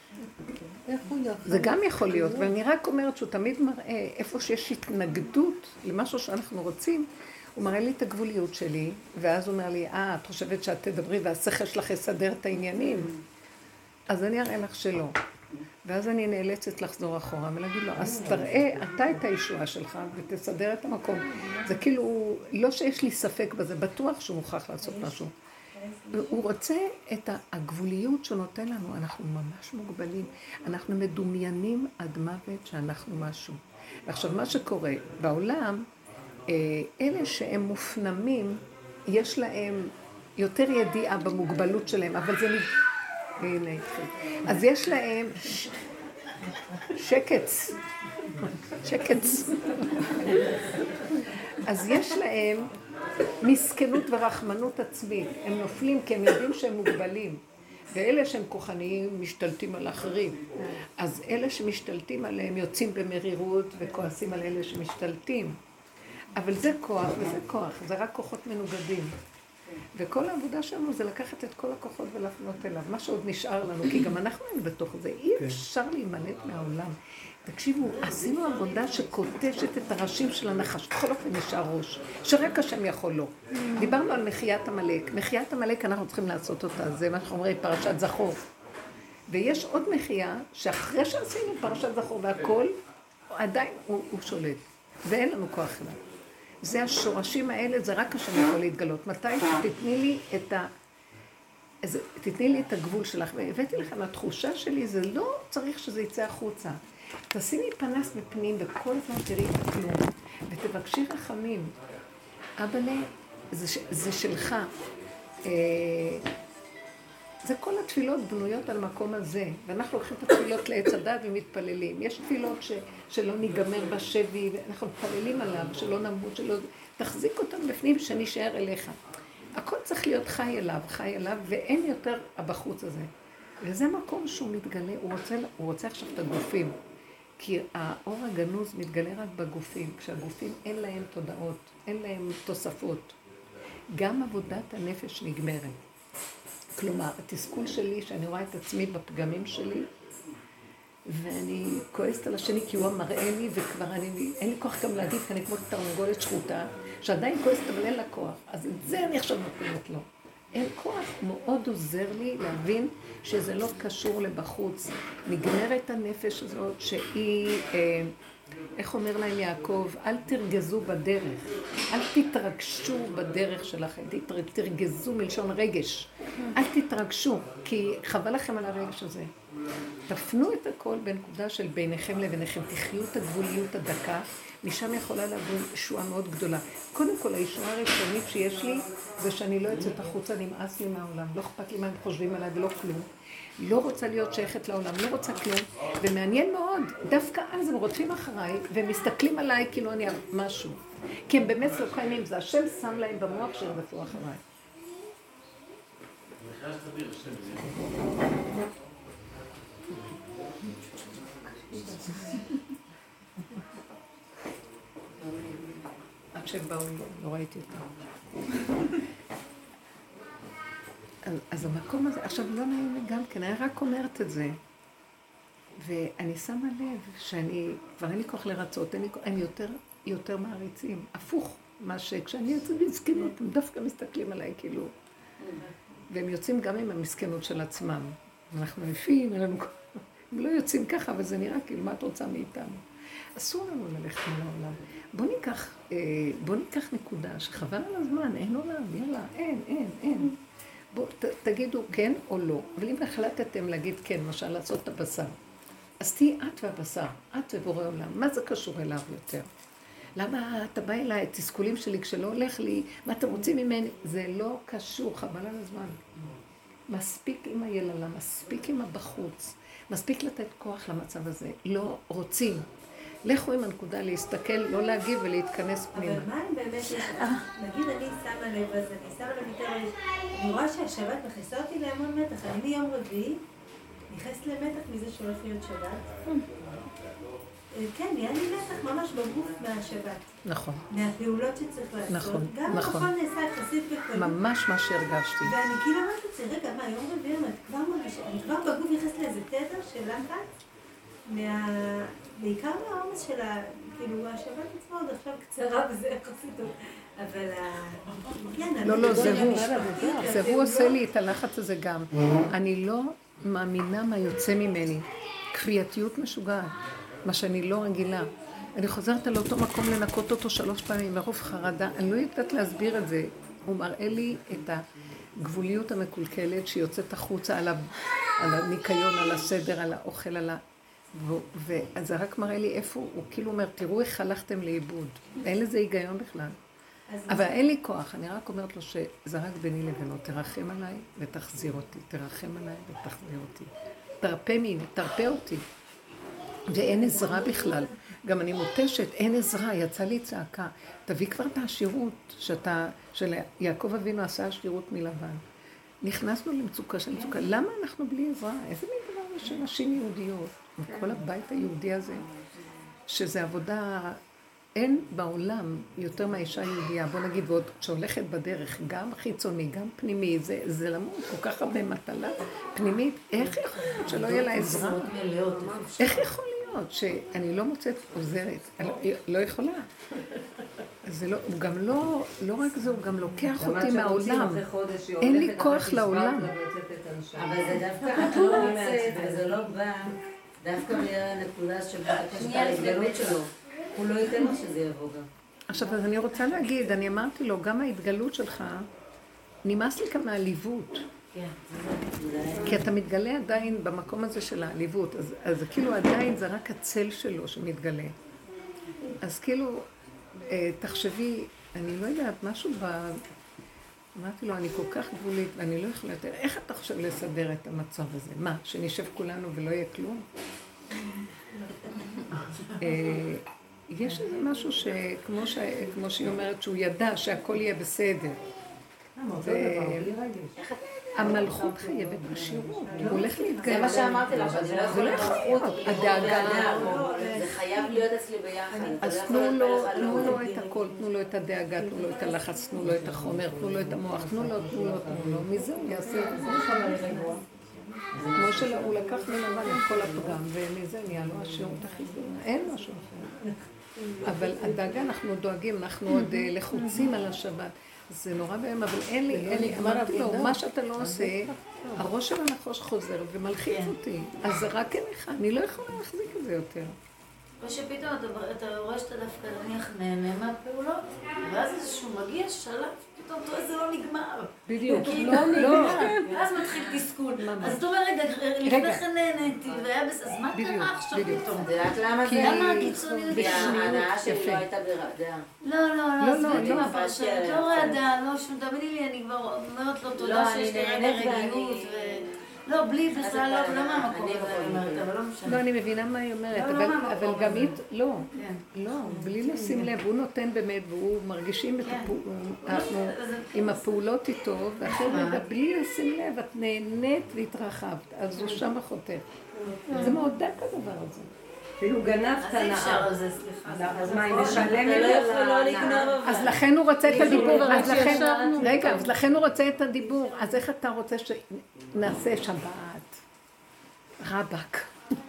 זה גם יכול להיות, ואני רק אומרת שהוא תמיד מראה איפה שיש התנגדות למשהו שאנחנו רוצים, הוא מראה לי את הגבוליות שלי, ואז הוא אומר לי, את חושבת שאת תדברי והשכל שלך יסדר את העניינים? אז אני אראה לך שלא. ואז אני נאלצת לחזור אחורה ולהגיד לו, אז תראה אתה את הישועה שלך ותסדר את המקום. זה כאילו, לא שיש לי ספק בזה, בטוח שהוא מוכרח לעשות משהו. הוא רוצה את הגבוליות שנותן לנו, אנחנו ממש מוגבלים, אנחנו מדומיינים עד מוות שאנחנו משהו. ועכשיו מה שקורה בעולם, אלה שהם מופנמים, יש להם יותר ידיעה במוגבלות שלהם, אבל זה הנה התחיל. אז יש להם שקץ. אז יש להם מסכנות ורחמנות עצמית. הם נופלים כי הם יודעים שהם מוגבלים. ואלה שהם כוחניים משתלטים על האחרים. אז אלה שמשתלטים עליהם יוצאים במרירות וכועסים על אלה שמשתלטים. אבל זה כוח וזה כוח, זה רק כוחות מנוגדים. וכל העבודה שלנו זה לקחת את כל הכוחות ולהפנות אליו, מה שעוד נשאר לנו, כי גם אנחנו היינו בתוך זה, אי אפשר להימלט מהעולם. תקשיבו, עשינו עבודה שקוטשת את הראשים של הנחש, בכל אופן נשאר ראש, שרק השם יכול לו. דיברנו על מחיית המלאק, מחיית המלאק אנחנו צריכים לעשות אותה, זה מה שאנחנו אומרים, פרשת זכור. ויש עוד מחייה, שאחרי שעשינו פרשת זכור והכל, עדיין הוא שולט, ואין לנו כוח אליו. זה השורשים האלה, זה רק השם יכול להתגלות. מתי תתני לי את הגבול שלך, והבאתי לכם, התחושה שלי זה לא צריך שזה יצא החוצה. תשימי פנס בפנים וכל הזמן תראי את הכלום, ותבקשי רחמים. אבאלה, זה שלך. זה כל התפילות בנויות על המקום הזה, ואנחנו לוקחים את התפילות לעץ הדת ומתפללים. יש תפילות שלא ניגמר בשבי, ואנחנו מתפללים עליו, שלא נמות, שלא... תחזיק אותם בפנים שנשאר אליך. הכל צריך להיות חי אליו, ואין יותר הבחוץ הזה. וזה מקום שהוא מתגלה, הוא רוצה עכשיו את הגופים. כי האור הגנוז מתגלה רק בגופים, כשהגופים אין להם תודעות, אין להם תוספות. גם עבודת הנפש נגמרת. כלומר, התסכול שלי, שאני רואה את עצמי בפגמים שלי, ואני כועסת על השני כי הוא מראה לי, וכבר אין לי כוח גם להגיד, כי אני כמו תרנגולת שחוטה, שעדיין כועסת אבל אין לה כוח. אז את זה אני עכשיו נותנת לו. אין כוח, מאוד עוזר לי להבין שזה לא קשור לבחוץ. נגמרת הנפש הזאת שהיא, איך אומר להם יעקב, אל תרגזו בדרך, אל תתרגשו בדרך שלכם, תרגזו מלשון רגש, אל תתרגשו, כי חבל לכם על הרגש הזה. תפנו את הכל בנקודה של ביניכם לביניכם, תחיו את הגבוליות הדקה, משם יכולה להביא ישועה מאוד גדולה. קודם כל, הישועה הראשונית שיש לי, זה שאני לא יוצאת החוצה, נמאס לי מהעולם, לא אכפת לי מה הם חושבים עליי ולא כלום. לא רוצה להיות שייכת לעולם, לא רוצה כלום, ומעניין מאוד, דווקא אז הם רודפים אחריי, והם מסתכלים עליי כאילו אני משהו. כי הם באמת לא קיימים, זה השם שם להם במוח שירדפו אחריי. עד שבאו, לא ראיתי אותם. אז המקום הזה, עכשיו לא נעים לי גם כן, אני רק אומרת את זה. ואני שמה לב שאני, כבר אין לי כוח לרצות, הם יותר מעריצים. הפוך, מה שכשאני יוצאת מסכנות, הם דווקא מסתכלים עליי כאילו. והם יוצאים גם עם המסכנות של עצמם. אנחנו יפים, הם לא יוצאים ככה, אבל זה נראה כאילו, מה את רוצה מאיתנו? אסור לנו ללכת מול העולם. בוא ניקח נקודה שחבל על הזמן, אין עולם, יאללה, אין. בואו תגידו כן או לא, אבל אם החלטתם להגיד כן, למשל לעשות את הבשר, אז תהי את והבשר, את ובורא עולם, מה זה קשור אליו יותר? למה אתה בא אליי, תסכולים שלי כשלא הולך לי, מה אתם רוצים ממני? זה לא קשור, חבל על הזמן. מספיק עם היללה, מספיק עם הבחוץ, מספיק לתת כוח למצב הזה, לא רוצים. לכו עם הנקודה להסתכל, לא להגיב ולהתכנס פנימה. אבל מה אם באמת יש לך? נגיד אני שמה לב, אז אני שמה לב יותר, אני רואה שהשבת מכניסה אותי להמון מתח. אני מיום רביעי נכנסת למתח מזה שהולך להיות שבת. כן, נהיה לי מתח ממש בגוף מהשבת. נכון. מהפעולות שצריך לעשות. נכון, גם נכון. הכל נעשה יחסית בקלות. ממש מה שהרגשתי. ואני כאילו אמרתי את זה, רגע, מה, יום רביעי, אני כבר בגוף נכנסת לאיזה תדר של לחץ, בעיקר מהעומס של כאילו, השבת עצמה עוד עכשיו קצרה וזה יחסית טוב. אבל לא, זה הוא עושה לי את הלחץ הזה גם. אני לא מאמינה מה יוצא ממני. כפייתיות משוגעת, מה שאני לא רגילה. אני חוזרת על אותו מקום לנקות אותו 3 פעמים, מרוב חרדה. אני לא יודעת להסביר את זה. הוא מראה לי את הגבוליות המקולקלת שיוצאת החוצה על הניקיון, על הסדר, על האוכל, על ואז זה רק מראה לי איפה, הוא כאילו אומר, תראו איך הלכתם לאיבוד. אין לזה היגיון בכלל. אבל אין לי כוח, אני רק אומרת לו שזה רק ביני לבינו, תרחם עליי ותחזיר אותי, תרחם עליי ותחזיר אותי. תרפא אותי. ואין עזרה בכלל. גם אני מותשת, אין עזרה, יצא לי צעקה. תביא כבר את העשירות שיעקב אבינו עשה עשירות מלבן. נכנסנו למצוקה של מצוקה. למה אנחנו בלי עזרה? איזה מין דבר של נשים יהודיות? כל הבית היהודי הזה, שזה עבודה, אין בעולם יותר מהאישה יהודייה. בוא נגיד, ועוד שהולכת בדרך, גם חיצוני, גם פנימי, זה למות כל כך הרבה מטלה פנימית. איך יכול להיות שלא יהיה לה עזרה? איך יכול להיות שאני לא מוצאת עוזרת? לא יכולה. זה לא, הוא גם לא רק זה, הוא גם לוקח אותי מהעולם. אין לי כוח לעולם. אבל זה דווקא את לא מוצאת, וזה לא בא, דווקא מהנקודה שבקשת על ההתגלות שלו. הוא לא ייתן לך שזה יבוא גם. עכשיו, אז אני רוצה להגיד, אני אמרתי לו, גם ההתגלות שלך, נמאס לי כאן מהעליבות. כי אתה מתגלה עדיין במקום הזה של העליבות, אז כאילו עדיין זה רק הצל שלו שמתגלה. אז כאילו, תחשבי, אני לא יודעת, משהו אמרתי לו, אני כל כך גבולית ואני לא יכולה יותר, איך אתה חושב לסדר את המצב הזה? מה, שנשב כולנו ולא יהיה כלום? יש איזה משהו שכמו שהיא אומרת, שהוא ידע שהכל יהיה בסדר. המלכות חייבת בשירות, הוא הולך להתגלה. זה מה שאמרתי לך, זה לא יכול להיות. הדאגה, זה חייב להיות אצלי ביחד. אז תנו לו את הכל, תנו לו את הדאגה, תנו לו את הלחץ, תנו לו את החומר, תנו לו את המוח, תנו לו, מזה הוא יעשה את זה. כמו שהוא לקח מלבן את כל הפגם, ומזה נהיה לו השירות הכי גדול. אין משהו אחר. אבל הדאגה אנחנו דואגים, אנחנו עוד לחוצים על השבת. זה נורא בהם, אבל אין לי, אמרתי לו, מה שאתה לא עושה, הראש של הנחוש חוזר ומלחיץ אותי. אז זה רק אליך, אני לא יכולה להחזיק את זה יותר. או שפתאום אתה רואה שאתה דווקא נניח נהנה מהפעולות, ואז איזשהו מגיע שלב, פתאום אתה רואה זה לא נגמר. בדיוק, לא נגמר. ואז מתחיל תסכול. אז אתה אומר, רגע, לפני כן נהניתי, והיה בסדר, אז מה קרה עכשיו פתאום? את יודעת למה זה? למה הקיצוניות? כי ההנאה שלי לא הייתה ברעדה. לא, עזבי אותי מהפרשת, לא רעדה, לא שום, תאמיני לי, אני כבר אומרת לו תודה שיש לי רגע רגילות לא, בלי בכלל, לא מהמקום הזה, אני אומרת, אבל לא משנה. לא, אני מבינה מה היא אומרת, אבל גם היא, לא, בלי לשים לב, הוא נותן באמת, והוא מרגישים את אנחנו עם הפעולות איתו, ואחרי רגע, בלי לשים לב, את נהנית והתרחבת, אז הוא שם חותך. זה מאוד דק הדבר הזה. כאילו גנבת אז אי אפשר על זה, סליחה. אז מה, היא משלמת אתה לא יכול לא לגנוב. אז לכן הוא רוצה את הדיבור, אז לכן הוא רוצה את הדיבור, אז איך אתה רוצה שנעשה שבת? רבק.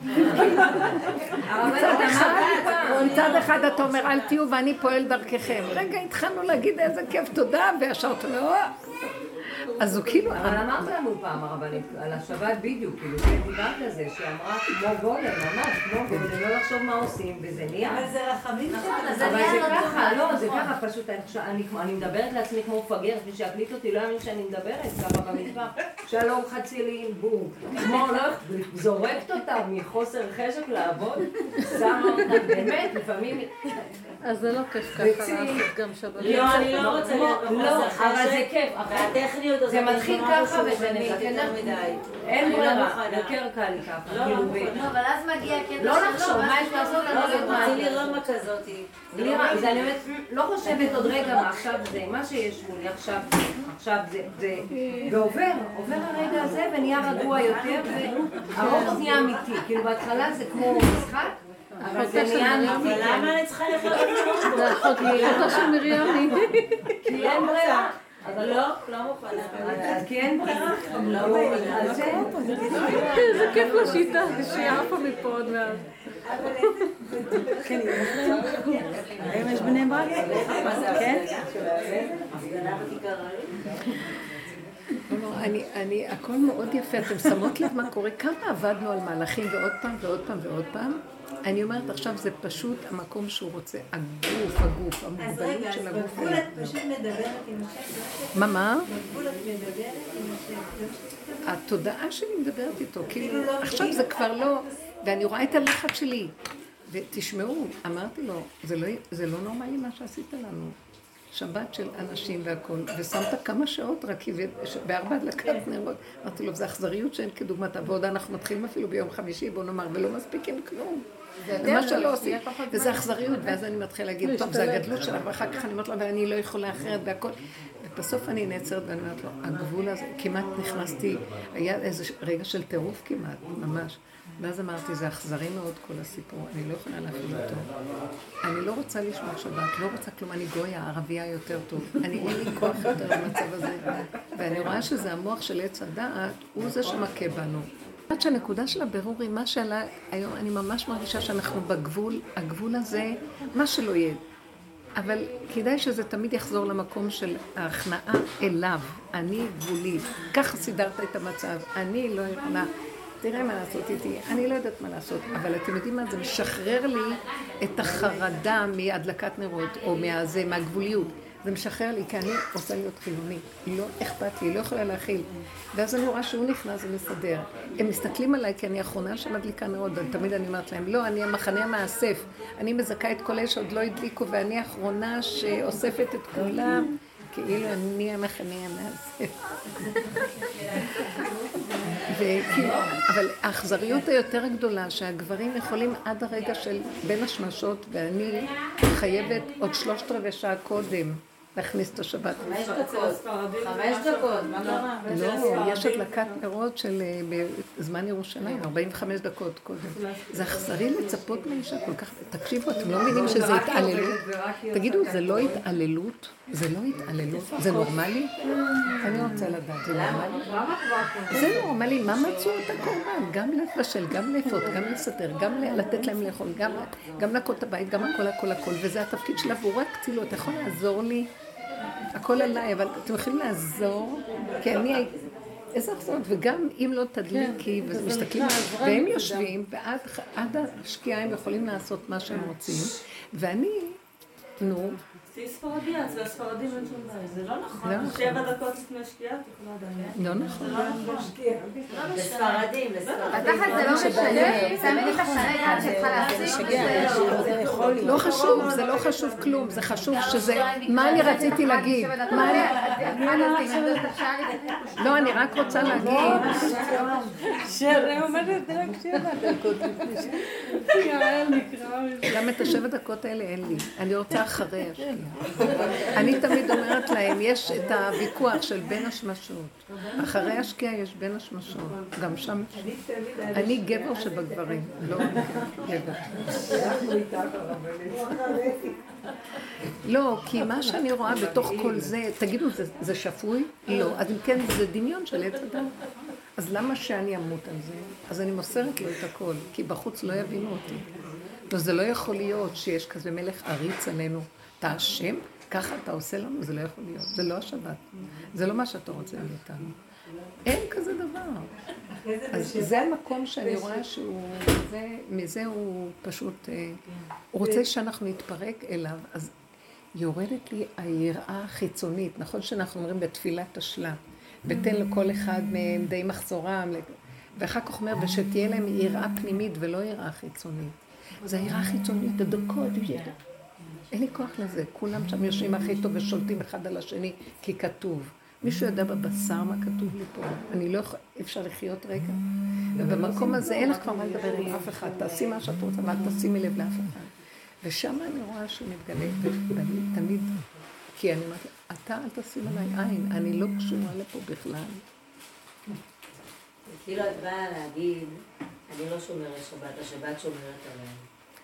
מצד אחד אתה אומר אל תהיו ואני פועל דרככם. רגע התחלנו להגיד איזה כיף תודה וישר אתה אומר אז הוא כאילו... אבל אמרת לנו פעם הרבנית על השבת בדיוק, כאילו דיברת על זה שאמרה כמו גולם, ממש כמו גולם, לא לחשוב מה עושים וזה נהיה. אבל זה רחמים שלנו. אבל זה ככה, לא, זה ככה פשוט, אני מדברת לעצמי כמו מפגרת, ושהקליט אותי לא יאמין שאני מדברת ככה במטבח. שלום חצילים, בום. כמו לא, זורקת אותה מחוסר חשק לעבוד, שמה אותה באמת, לפעמים... אז זה לא כיף ככה לעשות גם שבת. לא, אני לא רוצה להיות בחוסר חשק. אבל זה כיף. והטכניות הזאת, זה מתחיל ככה וזה יותר מדי. אין ברירה, יותר קל לי ככה. לא, אבל אז מגיע הקטע לא לחשוב, מה יש לעשות? רציתי לראות מה כזאת. אז אני אומרת, לא חושבת עוד רגע מה עכשיו זה, מה שיש מולי עכשיו זה, ועובר הרגע הזה ונהיה רגוע יותר, והרוב נהיה אמיתי, כאילו בהתחלה זה כמו משחק, אבל זה נהיה אמיתי. אבל למה אני צריכה לאכול את זה אחות לידה של מרימי. כי אין ברירה. אבל לא מוכנה. אז כי אין ברירה. אז זה... איזה כיף לשיטה, שהיא עפה מפה עוד מעט. כן, היום יש בני ברק? כן? הפגנה בכיכר העיר? הכל מאוד יפה, אתם שמות לב מה קורה, כמה עבדנו על מהלכים ועוד פעם ועוד פעם ועוד פעם. אני אומרת עכשיו זה פשוט המקום שהוא רוצה, הגוף, המוגבלות של הגוף. אז רגע, אז בגבול את פשוט מדברת עם השם? מה? בגבול את מדברת עם השם? התודעה שלי מדברת איתו, כאילו עכשיו זה כבר לא, ואני רואה את הלחץ שלי. ותשמעו, אמרתי לו, זה לא נורמלי מה שעשית לנו. שבת של אנשים והכל, ושמת כמה שעות רק בארבע הדלקת נרות. אמרתי לו, זה אכזריות שאין כדוגמתה, ועוד אנחנו מתחילים אפילו ביום חמישי, בוא נאמר, ולא מספיקים כלום. מה שלא עושים, וזה אכזריות, ואז אני מתחיל להגיד, טוב, זה הגדלות שלך, ואחר כך אני אומרת לו, אבל אני לא יכולה אחרת והכל. ובסוף אני נעצרת ואני אומרת לו, הגבול הזה, כמעט נכנסתי, היה איזה רגע של טירוף כמעט, ממש. ואז אמרתי, זה אכזרי מאוד כל הסיפור, אני לא יכולה להפעיל אותו. אני לא רוצה לשמור שבת, לא רוצה כלום, אני גויה, ערבייה יותר טוב. אין לי כוח יותר במצב הזה. ואני רואה שזה המוח של עץ הדעת, הוא זה שמכה בנו. עד שהנקודה של הבירור היא מה שעלה היום, אני ממש מרגישה שאנחנו בגבול, הגבול הזה, מה שלא יהיה. אבל כדאי שזה תמיד יחזור למקום של ההכנעה אליו. אני גבולי. ככה סידרת את המצב. אני לא יכולה. תראה מה לעשות איתי, אני לא יודעת מה לעשות, אבל אתם יודעים מה, זה משחרר לי את החרדה מהדלקת נרות, או מהגבוליות. זה משחרר לי, כי אני רוצה להיות חילונית. לא אכפת לי, לא יכולה להכיל. ואז אני רואה שהוא נכנס ומסדר. הם מסתכלים עליי כי אני האחרונה שמדליקה נרות, ותמיד אני אומרת להם, לא, אני המחנה המאסף. אני מזכה את כל אלה שעוד לא הדליקו, ואני האחרונה שאוספת את כולם. כאילו אני המחנה המאסף. אבל האכזריות היותר גדולה שהגברים יכולים עד הרגע של בין השמשות ואני חייבת עוד 3/4 שעה קודם להכניס את השבת. 5 דקות, 5 דקות, מה קרה? לא, יש הדלקת נרות של בזמן ירושלים, 45 דקות קודם. זה אכזרי לצפות מאישה כל כך, תקשיבו, אתם לא מבינים שזה התעללות? תגידו, זה לא התעללות? זה לא התעללות? זה נורמלי? אני רוצה לדעת, זה נורמלי? זה נורמלי, מה מצאו את הקורבן? גם לבשל, גם לאפות, גם לסתר, גם לתת להם לאכול, גם לקות את הבית, גם הכל, וזה התפקיד שלה, והוא רק צילו, אתה יכול לעזור לי? הכל עליי, אבל אתם יכולים לעזור, כי אני הייתי, איזה אכזרות, וגם אם לא תדליקי, ומסתכלים, והם יושבים, ועד השקיעה הם יכולים לעשות מה שהם רוצים, ואני, נו, תהי ספרדיה, אצל הספרדים אין שום בעיה, זה לא נכון, 7 דקות לפני שקיעה, את יכולה עדיין. לא נכון. לספרדים. התחת זה לא משנה, תעמידי את החרק עד שצריכה להפסיק. לא חשוב, זה לא חשוב כלום, זה חשוב שזה, מה אני רציתי להגיד? לא, אני רק רוצה להגיד. שרי אומרת רק 7 דקות. יאללה, נקרא. גם את 7 דקות האלה אין לי, אני רוצה אחרי השקיעה. אני תמיד אומרת להם, יש את הוויכוח של בין השמשות. אחרי השקיעה יש בין השמשות. גם שם, אני גבר שבגברים, לא גבר. לא, כי מה שאני רואה בתוך כל זה, תגידו, זה שפוי? לא. אז אם כן, זה דמיון של עץ אדם. אז למה שאני אמות על זה? אז אני מוסרת לו את הכל, כי בחוץ לא יבינו אותי. וזה לא יכול להיות שיש כזה מלך עריץ עלינו. אתה אשם? ככה אתה עושה לנו? זה לא יכול להיות. זה לא השבת. זה לא מה שאתה רוצה מאיתנו. אין כזה דבר. אז זה המקום שאני רואה שהוא, מזה הוא פשוט, הוא רוצה שאנחנו נתפרק אליו, אז יורדת לי היראה החיצונית. נכון שאנחנו אומרים בתפילת השלה, ותן לכל אחד מהם די מחסורם, ואחר כך אומר, ושתהיה להם יראה פנימית ולא יראה חיצונית. זה היראה החיצונית, הדקות, אין לי כוח לזה, כולם שם יושבים הכי טוב ושולטים אחד על השני, כי כתוב. מישהו יודע בבשר מה כתוב לי פה? אני לא יכול, אפשר לחיות רגע. ובמקום הזה אין לך כבר מה לדבר עם אף אחד, תעשי מה שאת רוצה, אבל תשימי לב לאף אחד. ושם אני רואה שהוא מתגלה, ואני תמיד, כי אני אומרת, אתה אל תשים עליי עין, אני לא קשורה לפה בכלל. כאילו את באה להגיד, אני לא שומרת שבת, השבת שומרת עליי.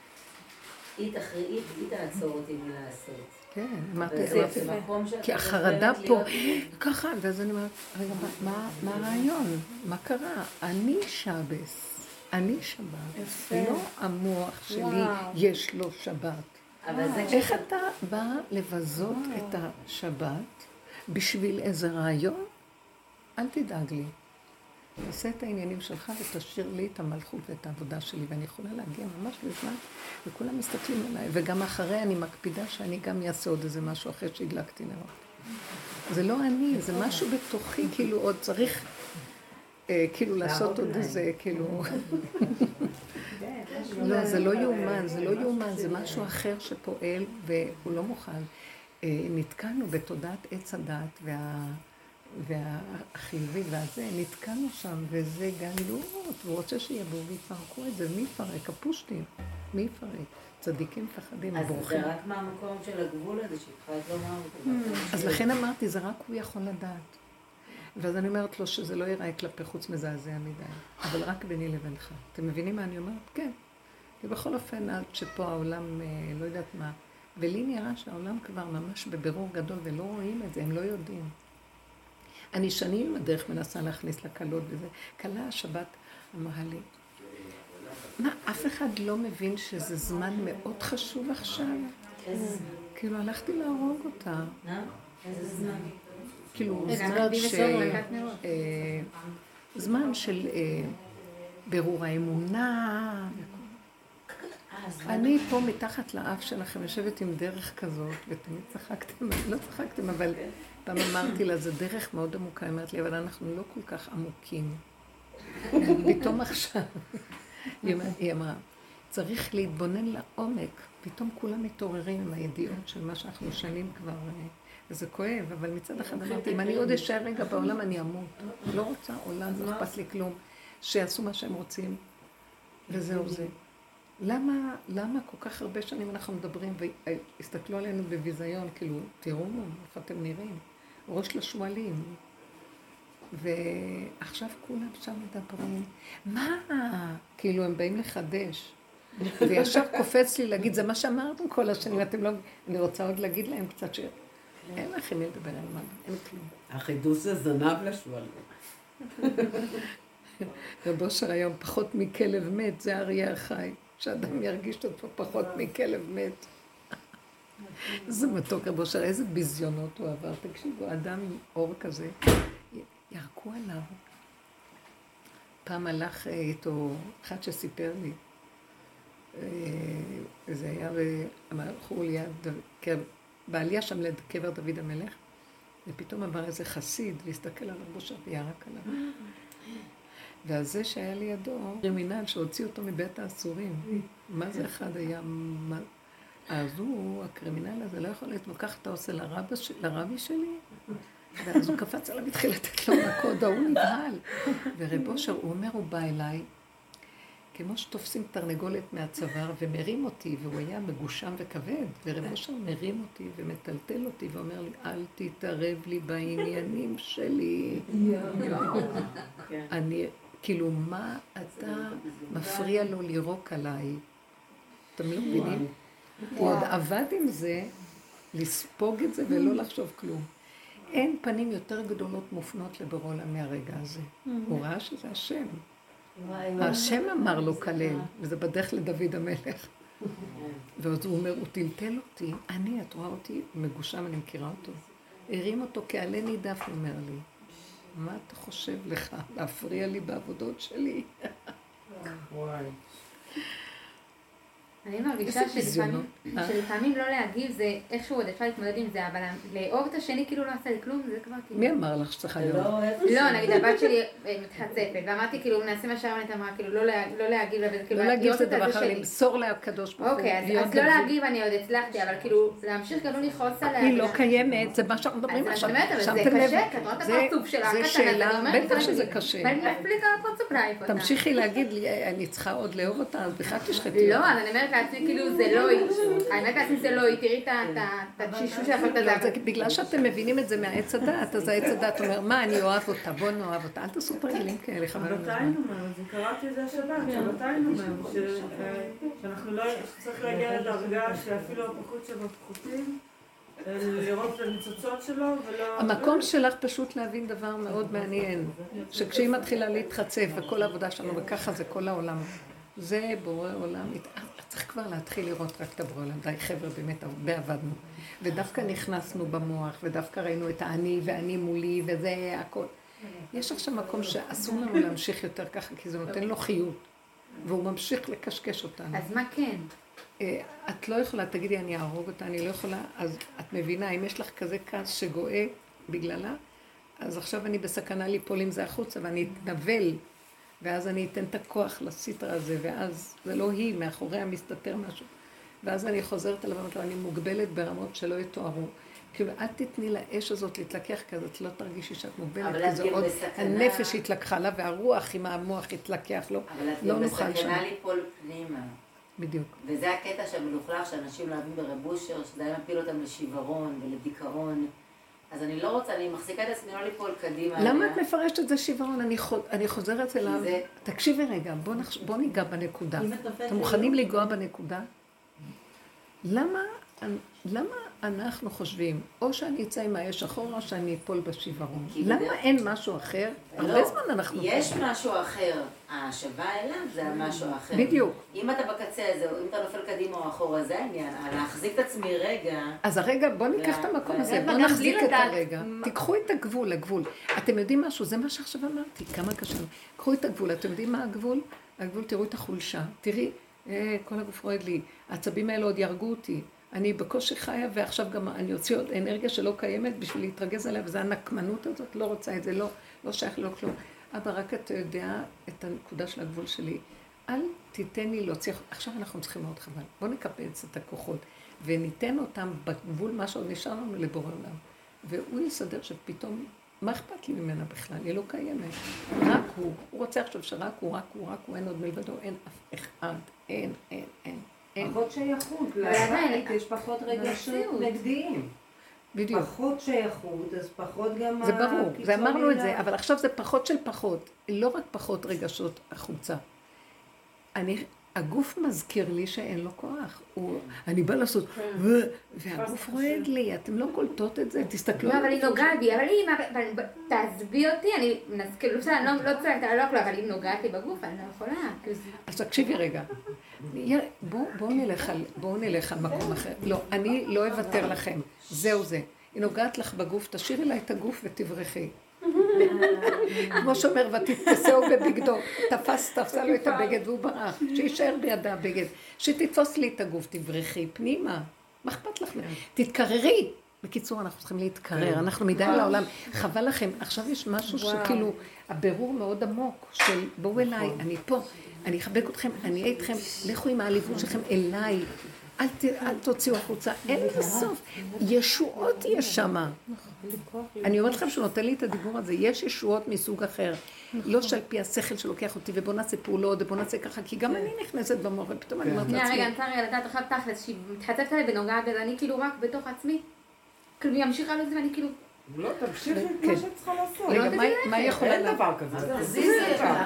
היא תעצור אותי מלעשות. כן, אמרתי, כי החרדה פה, ככה, ואז אני אומרת, רגע, מה הרעיון? מה קרה? אני שבס, אני שבת, לא המוח שלי יש לו שבת. איך אתה בא לבזות את השבת בשביל איזה רעיון? אל תדאג לי. תעשה את העניינים שלך ותשאיר לי את המלכות ואת העבודה שלי, ואני יכולה להגיע ממש בזמן, וכולם מסתכלים עליי, וגם אחרי אני מקפידה שאני גם אעשה עוד איזה משהו אחרי שהדלקתי נרות. זה לא אני, זה משהו בתוכי, כאילו עוד צריך, כאילו לעשות עוד איזה, כאילו... לא, זה לא יאומן, זה לא יאומן, זה משהו אחר שפועל, והוא לא מוכן. נתקענו בתודעת עץ הדת והחיובי והזה, נתקענו שם, וזה גלות, הוא רוצה שיבואו ויפרקו את זה, מי יפרק? הפושטים, מי יפרק? צדיקים מפחדים, בורחים. אז זה רק מהמקום של הגבול הזה, שהתחלת לומר. אז לכן אמרתי, זה רק הוא יכול לדעת. ואז אני אומרת לו שזה לא ייראה כלפי חוץ מזעזע מדי, אבל רק ביני לבינך. אתם מבינים מה אני אומרת? כן. ובכל אופן, עד שפה העולם לא יודעת מה, ולי נראה שהעולם כבר ממש בבירור גדול, ולא רואים את זה, הם לא יודעים. אני שנים עם הדרך מנסה להכניס לקלות וזה. קלה השבת אמרה לי, מה, אף אחד לא מבין שזה זמן מאוד חשוב עכשיו? כאילו, הלכתי להרוג אותה. איזה זמן? כאילו, זמן של בירור האמונה. אני פה מתחת לאף שלכם, יושבת עם דרך כזאת, ותמיד צחקתם, לא צחקתם, אבל פעם אמרתי לה, זה דרך מאוד עמוקה, היא אמרת לי, אבל אנחנו לא כל כך עמוקים. פתאום עכשיו, היא אמרה, צריך להתבונן לעומק, פתאום כולם מתעוררים עם הידיעות של מה שאנחנו שנים כבר, וזה כואב, אבל מצד אחד אמרתי, אם אני עוד אשאר רגע בעולם, אני אמות. לא רוצה עולם, לא אכפת לי כלום, שיעשו מה שהם רוצים, וזהו זה. למה כל כך הרבה שנים אנחנו מדברים והסתכלו עלינו בביזיון, כאילו, תראו איך אתם נראים, ראש לשועלים. ועכשיו כולם שם מדברים, מה? כאילו הם באים לחדש. וישר קופץ לי להגיד, זה מה שאמרתם כל השנים, אתם לא... אני רוצה עוד להגיד להם קצת אין לכם מי לדבר על מה, אין כלום. החידוש זה זנב לשועלים. רב אושר היום פחות מכלב מת, זה אריה החי, שאדם ירגיש אותו פחות מכלב מת. זה מתוק רב אושר, איזה ביזיונות הוא עבר, תקשיבו, אדם עם אור כזה, ירקו עליו. פעם הלך איתו אחד שסיפר לי, זה היה, הלכו ליד, בעלייה שם לקבר דוד המלך, ופתאום עבר איזה חסיד, והסתכל על רב אושר וירק עליו. והזה שהיה לידו, קרימינל שהוציא אותו מבית האסורים. מה זה אחד היה? אז הוא, הקרימינל הזה, לא יכול להתמקח, אתה עושה לרבי שלי? ואז הוא קפץ עליו, התחיל לתת לו מכות, הוא נבהל. ורב אושר, הוא אומר, הוא בא אליי, כמו שתופסים תרנגולת מהצוואר ומרים אותי, והוא היה מגושם וכבד, ורב אושר מרים אותי ומטלטל אותי ואומר לי, אל תתערב לי בעניינים שלי. אני, כאילו, מה אתה מפריע לו לירוק עליי? אתם לא מבינים? הוא עוד עבד עם זה, לספוג את זה ולא לחשוב כלום. אין פנים יותר גדולות מופנות לבורא עולם מהרגע הזה. הוא ראה שזה השם. השם אמר לו כלל, וזה בדרך לדוד המלך. ואז הוא אומר, הוא טלטל אותי, את רואה אותי מגושם, אני מכירה אותו. הרים אותו כעלה נידף, הוא אומר לי. מה אתה חושב לך? להפריע לי בעבודות שלי? אני מרגישה שלפעמים לא להגיב זה איכשהו עוד אפשר להתמודד עם זה, אבל לאהוב את השני כאילו לא עשה לי כלום, זה כבר כאילו... מי אמר לך שצריכה להיות? לא, נגיד הבת שלי מתחצפת, ואמרתי כאילו נעשה מה שהרמנית אמרה, כאילו לא להגיב לה, לא להגיב זה דבר אחר, למסור לקדוש ברוך הוא. אוקיי, אז לא להגיב אני עוד הצלחתי, אבל כאילו להמשיך גם לא לכעוס עליה. היא לא קיימת, זה מה שאנחנו מדברים עכשיו. אז אני אומרת, אבל זה קשה, כי את רואה את הפרצוף שלה, זה שאלה, בטח שזה קשה. ואני מפליק על הפרצוף להעיף אותה. תמשיכי להגיד לי, אני צריכה עוד לאהוב אותה, אז בכלל תשחטי אותה. לא, אני אומרת לעצמי, כאילו זה לא היא, האמת לעצמי זה לא היא, תראי את התשישות שלך את הדעת. בגלל שאתם מבינים את זה מהעץ הדעת, אז העץ הדעת אומר, מה, אני אוהב אותה, בוא נאהב אותה, אל תעשו תרגילים כאלה, חבל על הזמן. זה קראתי את זה השבת, שבתיים אומר, שאנחנו לא, שצריך להגיע לדרגה שאפילו הפחות שלו פחותים, לראות את הניצוצות שלו ולא... המקום שלך פשוט להבין דבר מאוד מעניין, שכשהיא מתחילה להתחצף וכל העבודה שלנו, וככה זה כל העולם, זה בורא עולם, צריך כבר להתחיל לראות רק את הבורא עולם, די חבר'ה באמת הרבה עבדנו, ודווקא נכנסנו במוח, ודווקא ראינו את האני ואני מולי, וזה הכל. יש עכשיו מקום שאסור לנו להמשיך יותר ככה, כי זה נותן לו חיות, והוא ממשיך לקשקש אותנו. אז מה כן? את לא יכולה, תגידי, אני אהרוג אותה, אני לא יכולה, אז את מבינה, אם יש לך כזה כעס שגואה בגללה, אז עכשיו אני בסכנה ליפול עם זה החוצה, ואני אתנבל, ואז אני אתן את הכוח לסטרה הזה, ואז זה לא היא, מאחוריה מסתתר משהו. ואז אני חוזרת עליו, אני מוגבלת ברמות שלא יתוארו. כאילו, אל תתני לאש הזאת להתלקח, כי אז את לא תרגישי שאת מוגבלת, כי זה עוד הנפש התלקחה לה, והרוח עם המוח התלקח לו, לא נוכל שם. אבל את בסכנה ליפול פנימה. בדיוק. וזה הקטע שמלוכלך, שאנשים לא אוהבים ברב אושר, שזה היה מפיל אותם לשיוורון ולדיכאון. אז אני לא רוצה, אני מחזיקה את עצמי לא ליפול קדימה. למה את מפרשת את זה שיוורון? אני חוזרת אליו. תקשיבי רגע, בוא ניגע בנקודה. אתם מוכנים לגוע בנקודה? למה אנחנו חושבים, או שאני אצא עם האש אחורה, או שאני אפול בשיוורון? למה אין משהו אחר? הרבה זמן אנחנו... יש משהו אחר. ההשבה אליו זה המשהו אחר. בדיוק. אם אתה בקצה הזה, או אם אתה נופל קדימה או אחורה, זה העניין. להחזיק את עצמי רגע... אז הרגע, בוא ניקח את המקום הזה, בוא נחזיק את הרגע. תיקחו את הגבול, הגבול. אתם יודעים משהו? זה מה שעכשיו אמרתי, כמה קשה. קחו את הגבול, אתם יודעים מה הגבול? הגבול, תראו את החולשה. תראי, כל הגוף רועד לי. העצבים האלה עוד ירגו אותי. אני בקושי חיה, ועכשיו גם אני אוציא עוד אנרגיה שלא קיימת בשביל להתרגז עליה, וזה הנקמנות הזאת, לא רוצה את זה, לא שייך, לא כלום. אבא, רק אתה יודע את הנקודה של הגבול שלי. אל תיתן לי להוציא, עכשיו אנחנו צריכים מאוד חבל. בוא נקפץ את הכוחות, וניתן אותם בגבול מה שעוד נשאר לנו לבורא עולם. והוא יסדר שפתאום מה אכפת לי ממנה בכלל? היא לא קיימת. רק הוא. הוא רוצה עכשיו שרק הוא, רק הוא, רק הוא, אין עוד מלבדו, אין אף אחד. אין. פחות שייכות. לעדיין יש פחות רגשות נגדיים. בדיוק. פחות שייכות, אז פחות גם... זה ברור, זה אמרנו את זה, אבל עכשיו זה פחות של פחות. לא רק פחות רגשות החוצה. הגוף מזכיר לי שאין לו כוח. אני באה לעשות, והגוף רועד לי, אתם לא קולטות את זה, תסתכלו. לא, אבל היא נוגעת בי, אבל היא, תעזבי אותי, אני כאילו, לא צועקת, אבל אם נוגעת לי בגוף, אני לא יכולה. אז תקשיבי רגע. בואו נלך על מקום אחר. לא, אני לא אוותר לכם. זהו זה. היא נוגעת לך בגוף, תשאירי לה את הגוף ותברחי. כמו שאומר, ותתפסהו בבגדו. תפסה לו את הבגד והוא ברח. שישאר בידה הבגד. שתתפוס לי את הגוף, תברחי פנימה. מה אכפת לך? תתקררי. בקיצור, אנחנו צריכים להתקרר. אנחנו מדי לעולם. חבל לכם. עכשיו יש משהו שכאילו, הבירור מאוד עמוק של בואו אליי, אני פה. אני אחבק אתכם, אני אהיה איתכם, לכו עם העליבות שלכם אליי, אל תוציאו החוצה, אין לסוף, ישועות יש שמה. אני אומרת לכם שנותן לי את הדיבור הזה, יש ישועות מסוג אחר, לא שעל פי השכל שלוקח אותי, ובוא נעשה פעולות, ובוא נעשה ככה, כי גם אני נכנסת במוח, ופתאום אני אומרת לעצמי. רגע, אני צריכה לדעת עכשיו תכלס, שהיא מתחצפת עליי ונוגעת, ואני כאילו רק בתוך עצמי, כאילו היא ממשיכה לזה, ואני כאילו... לא, תמשיכי את מה שאת צריכה לעשות. רגע, מה יכולה... אין דבר כזה. תזיזי אותה.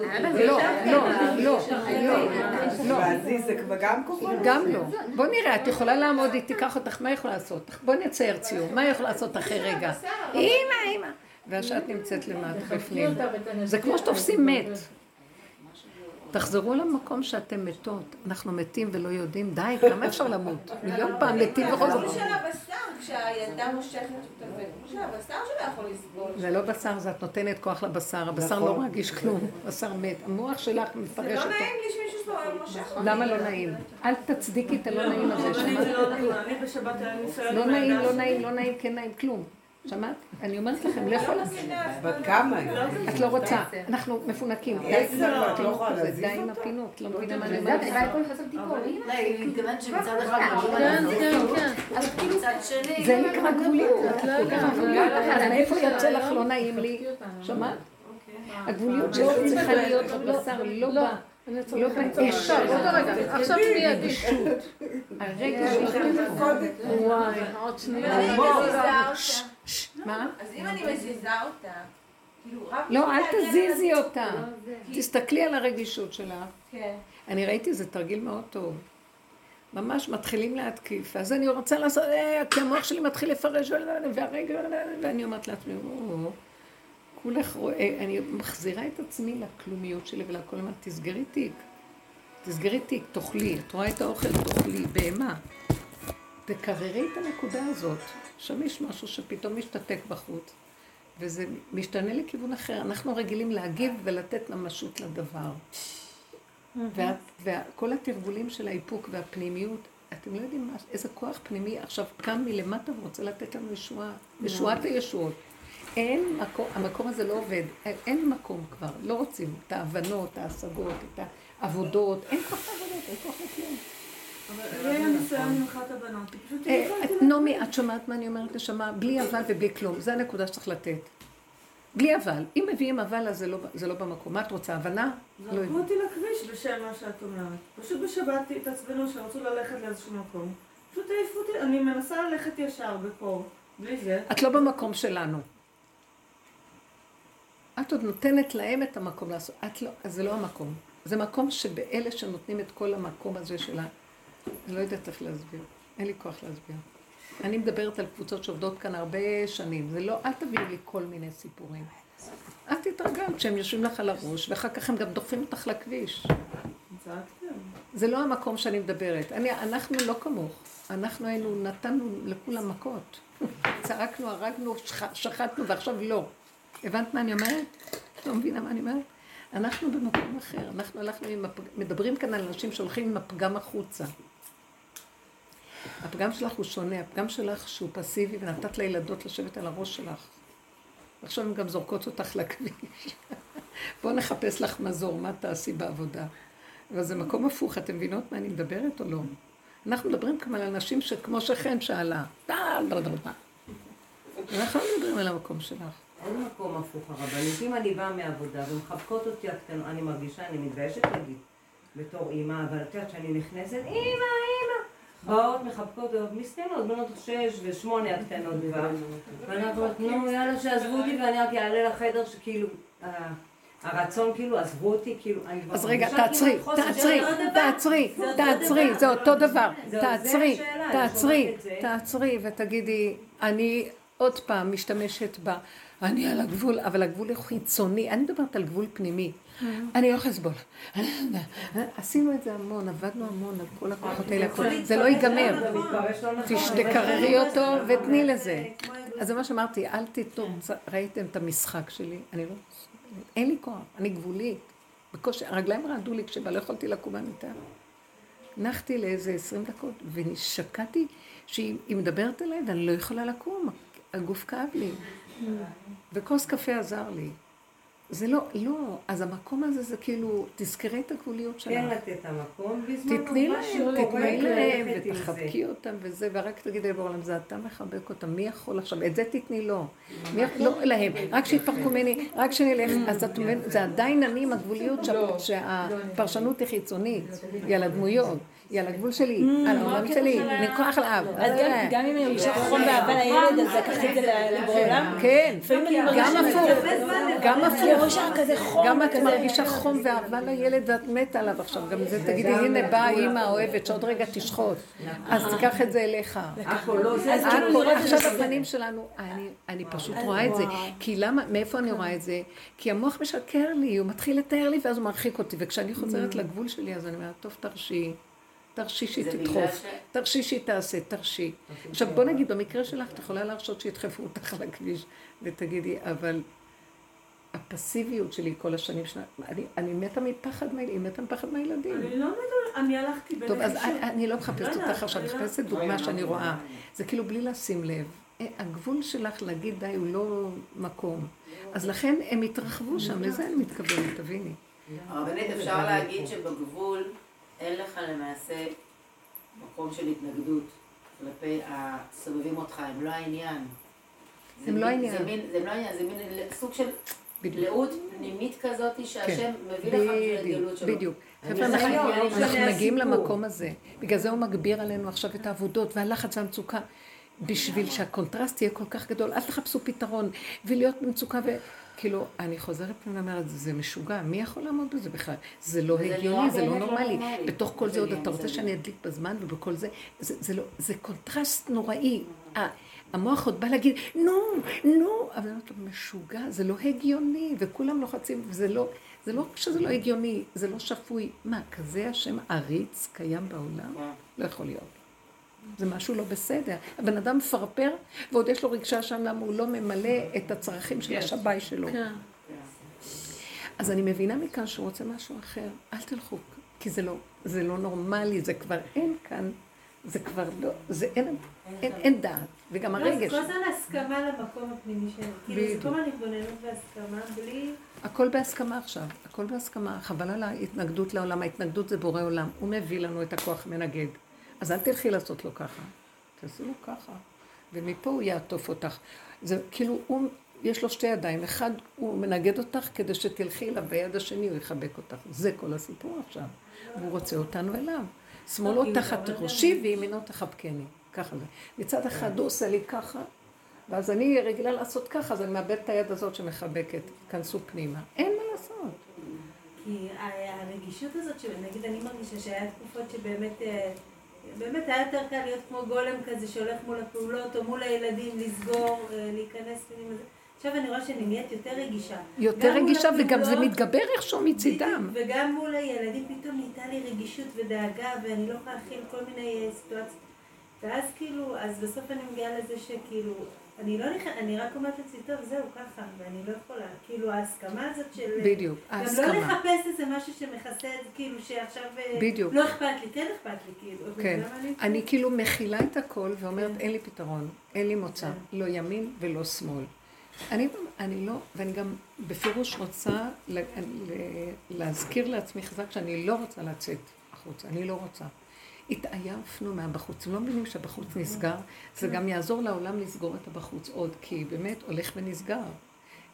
לא. להזיז זה גם כוחות? גם לא. בוא נראה, את יכולה לעמוד, היא תיקח אותך, מה יכולה לעשות? בוא נצייר ציור, מה יכולה לעשות אחרי רגע? אמא. והשאת נמצאת למטה בפנים. זה כמו שתופסים מת. תחזרו למקום שאתם מתות. אנחנו מתים ולא יודעים. די, כמה אפשר למות? מיליון פעם מתים וכל זאת. כמו של הבשר, כשהילדה מושכת אותה, כמו של הבשר שלא יכול לסבול. זה לא בשר, זה את נותנת כוח לבשר. הבשר לא מרגיש כלום. בשר מת. המוח שלך מפרש אותו. זה לא נעים לי שמישהו שלו מושך אותי. למה לא נעים? אל תצדיקי את הלא נעים הזה. אני בשבת היה ניסיון... לא נעים, כן נעים, כלום. שמעת? אני אומרת לכם, לכו בכמה היא? את לא רוצה, אנחנו מפונקים. את לא יכולה להזיז די עם הפינוק, לא מבינה מה אני אני אומרת. באה לכל חסות טיפול. לא, היא מתכוונת שמצד אחד... כן. מצד שני... זה נקרא גבוליות. אז מאיפה יוצא לך לא נעים לי? שמעת? הגבוליות שלך צריכה להיות בבשר, לא בא. לא באש. עכשיו תהיה אדישות. הרגע שלך וואי, עוד שנייה. מה? אז אם אני מזיזה אותה, כאילו רק... לא, אל תזיזי אותה. תסתכלי על הרגישות שלה. כן. אני ראיתי, זה תרגיל מאוד טוב. ממש מתחילים להתקיף. אז אני רוצה לעשות, כי המוח שלי מתחיל לפרש, והרגע, ואני אומרת לעצמי, כולך רואה, אני מחזירה את עצמי לכלומיות שלי ולכל מה, תסגרי תיק, תאכלי, את רואה את האוכל, תאכלי, בהמה. תקררי את הנקודה הזאת, שם יש משהו שפתאום משתתק בחוץ, וזה משתנה לכיוון אחר. אנחנו רגילים להגיב ולתת ממשות לדבר. וכל התרגולים של האיפוק והפנימיות, אתם לא יודעים איזה כוח פנימי עכשיו קם מלמטה ורוצה לתת לנו ישועה, ישועת הישועות. אין מקום, המקום הזה לא עובד, אין מקום כבר, לא רוצים את ההבנות, את ההשגות, את העבודות, אין כוח לעבודות, אין כוח לכלום. אבל זה היה ניסיון עם אחת הבנות, פשוט... נעמי, את שומעת מה אני אומרת לשמה? בלי אבל ובלי כלום, זה הנקודה שצריך לתת. בלי אבל, אם מביאים אבל אז זה לא במקום, מה את רוצה, הבנה? זרקו אותי לכביש בשם מה שאת אומרת. פשוט בשבת התעצבנו שרצו ללכת לאיזשהו מקום. פשוט העיפו אותי, אני מנסה ללכת ישר בקור, בלי זה. את לא במקום שלנו. את עוד נותנת להם את המקום לעשות, אז זה לא המקום. זה מקום שבאלה שנותנים את כל המקום הזה שלה, אני לא יודעת איך להסביר, אין לי כוח להסביר. אני מדברת על קבוצות שעובדות כאן הרבה שנים, זה לא, אל תביאו לי כל מיני סיפורים. את תתרגלת שהם יושבים לך על הראש, ואחר כך הם גם דוחפים אותך לכביש. זה לא המקום שאני מדברת. אנחנו לא כמוך, אנחנו היינו, נתנו לכולם מכות. צעקנו, הרגנו, שחטנו, ועכשיו לא. הבנת מה אני אומרת? לא מבינה מה אני אומרת? אנחנו במקום אחר, אנחנו הלכנו מדברים כאן על אנשים שהולכים עם הפגם החוצה. הפגם שלך הוא שונה, הפגם שלך שהוא פסיבי ונתת לילדות לשבת על הראש שלך. עכשיו הן גם זורקות אותך לכביש. בואו נחפש לך מזור, מה תעשי בעבודה. אבל זה מקום הפוך, אתם מבינות מה אני מדברת או לא? אנחנו מדברים כאן על אנשים שכמו שכן שאלה. אנחנו לא מדברים על המקום שלך. אין מקום הפוך הרבנית. אם אני באה מעבודה ומחבקות אותי הקטנות, אני מרגישה, אני מתביישת להגיד, בתור אימא, אבל את יודעת שאני נכנסת, אימא, באות מחבקות עוד מסכנות, בנות 6 ו8 הקטנות כבר. ואנחנו אומרים, יאללה שעזבו אותי ואני רק אעלה לחדר שכאילו, הרצון כאילו, עזבו אותי, כאילו, אני כבר... אז רגע, תעצרי, זה אותו דבר. תעצרי ותגידי, אני עוד פעם משתמשת בה, אני על הגבול, אבל הגבול הוא חיצוני, אני מדברת על גבול פנימי. אני לא יכולה לסבול. עשינו את זה המון, עבדנו המון על כל הכוחות האלה, זה לא ייגמר. תקררי אותו ותני לזה. אז זה מה שאמרתי, אל תיתנו, ראיתם את המשחק שלי, אני לא... אין לי כוח, אני גבולית. בקושי, הרגליים רעדו לי כשבא, לא יכולתי לקום מהמיטה. נחתי לאיזה 20 דקות, ונשקעתי שהיא מדברת אליי, ואני לא יכולה לקום, הגוף כאב לי. וכוס קפה עזר לי. זה לא, אז המקום הזה זה כאילו, תזכרי את הגבוליות שלך. כן לתת המקום, בזמן תתני להם, ותחבקי אותם וזה, ורק תגידי בעולם, זה אתה מחבק אותם, מי יכול עכשיו? את זה תתני לו. לא להם, רק שיתפרקו ממני, רק שנלך, אז זה עדיין אני עם הגבוליות שהפרשנות היא חיצונית, היא על הדמויות. היא על הגבול שלי, על העולם שלי, מכוח לאב. אז גם אם אני מרגישה חום ואהבה לילד, אז לקחתי את זה לעולם? כן, גם הפוך. גם את מרגישה חום ואהבה לילד ואת מתה עליו עכשיו. גם זה תגידי, הנה באה אימא אוהבת, שעוד רגע תשחוט. אז תיקח את זה אליך. עכשיו הפנים שלנו, אני פשוט רואה את זה. כי למה, מאיפה אני רואה את זה? כי המוח משקר לי, הוא מתחיל לתאר לי ואז הוא מרחיק אותי. וכשאני חוזרת לגבול שלי, אז אני אומרת, טוב, תרשי שהיא תדחוף, תרשי שהיא תעשה, תרשי. עכשיו בוא נגיד, במקרה שלך את יכולה להרשות שידחפו אותך על הכביש ותגידי, אבל הפסיביות שלי כל השנים שלה, אני מתה מפחד מהילדים. אני לא מתה, אני הלכתי בנחישות. טוב, אז אני לא מחפשת אותך עכשיו, מחפשת דוגמה שאני רואה. זה כאילו בלי לשים לב. הגבול שלך להגיד די הוא לא מקום. אז לכן הם התרחבו שם, לזה אני מתכוונת, תביני. הרבנית, אפשר להגיד שבגבול אין לך למעשה מקום של התנגדות כלפי הסובבים אותך, הם לא העניין. הם לא העניין. זה לא העניין, זה מין סוג של לאות פנימית כזאת שהשם מביא לך בשביל הגלות שלו. בדיוק. אנחנו מגיעים למקום הזה. בגלל זה הוא מגביר עלינו עכשיו את העבודות והלחץ והמצוקה. בשביל שהקונטרסט יהיה כל כך גדול, אל תחפשו פתרון ולהיות במצוקה כאילו, אני חוזרת ואומרת, זה משוגע, מי יכול לעמוד בזה בכלל? זה לא הגיוני, זה לא נורמלי. בתוך כל זה עוד אתה רוצה שאני אדליק בזמן ובכל זה, זה קונטרסט נוראי. המוח עוד בא להגיד, נו, אבל זה משוגע, זה לא הגיוני, וכולם לוחצים, זה לא רק שזה לא הגיוני, זה לא שפוי. מה, כזה השם עריץ קיים בעולם? לא יכול להיות. זה משהו לא בסדר. הבן אדם מפרפר, ועוד יש לו רגשה שם למה הוא לא ממלא את הצרכים של השבי שלו. אז אני מבינה מכאן שהוא רוצה משהו אחר. אל תלכו, כי זה לא נורמלי, זה כבר אין כאן, זה כבר לא, זה אין דעת. וגם הרגש. כל הזמן הסכמה למקום הפנימי שלנו. כאילו זה כל הזמן התבוננות והסכמה בלי... הכל בהסכמה עכשיו, הכל בהסכמה. חבל על ההתנגדות לעולם, ההתנגדות זה בורא עולם. הוא מביא לנו את הכוח מנגד. אז אל תלכי לעשות לו ככה, תעשו לו ככה, ומפה הוא יעטוף אותך. זה כאילו, יש לו 2 ידיים, אחד הוא מנגד אותך כדי שתלכי אליו, ביד השני הוא יחבק אותך. זה כל הסיפור עכשיו, והוא רוצה אותנו אליו. שמאלו תחת ראשי וימינו תחבקני, ככה זה. מצד אחד הוא עושה לי ככה, ואז אני רגילה לעשות ככה, אז אני מאבד את היד הזאת שמחבקת, כנסו פנימה. אין מה לעשות. כי הרגישות הזאת, שנגיד אני מרגישה שהיה תקופות באמת היה יותר קל להיות כמו גולם כזה שהולך מול הפעולות או מול הילדים, לסגור, להיכנס פנימה. עכשיו אני רואה שאני נהיית יותר רגישה. יותר רגישה וגם זה מתגבר איכשהו מצידם. וגם מול הילדים פתאום נהייתה לי רגישות ודאגה ואני לא יכולה להכיל כל מיני סיטואציות. ואז כאילו, אז בסוף אני מגיעה לזה שכאילו, אני רק אומרת לעצמי, טוב, זהו, ככה, ואני לא יכולה. כאילו, ההסכמה הזאת של... בדיוק, ההסכמה. גם לא לחפש איזה משהו שמכסה את כאילו, שעכשיו... בדיוק. לא אכפת לי, כן אכפת לי, כאילו. כן. אני כאילו מכילה את הכל ואומרת, אין לי פתרון, אין לי מוצא, לא ימין ולא שמאל. אני לא, ואני גם בפירוש רוצה להזכיר לעצמי חזק שאני לא רוצה לצאת החוצה, אני לא רוצה. התעייפנו מהבחוץ, לא מבינים שהבחוץ נסגר, זה גם יעזור לעולם לסגור את הבחוץ עוד, כי באמת הולך ונסגר.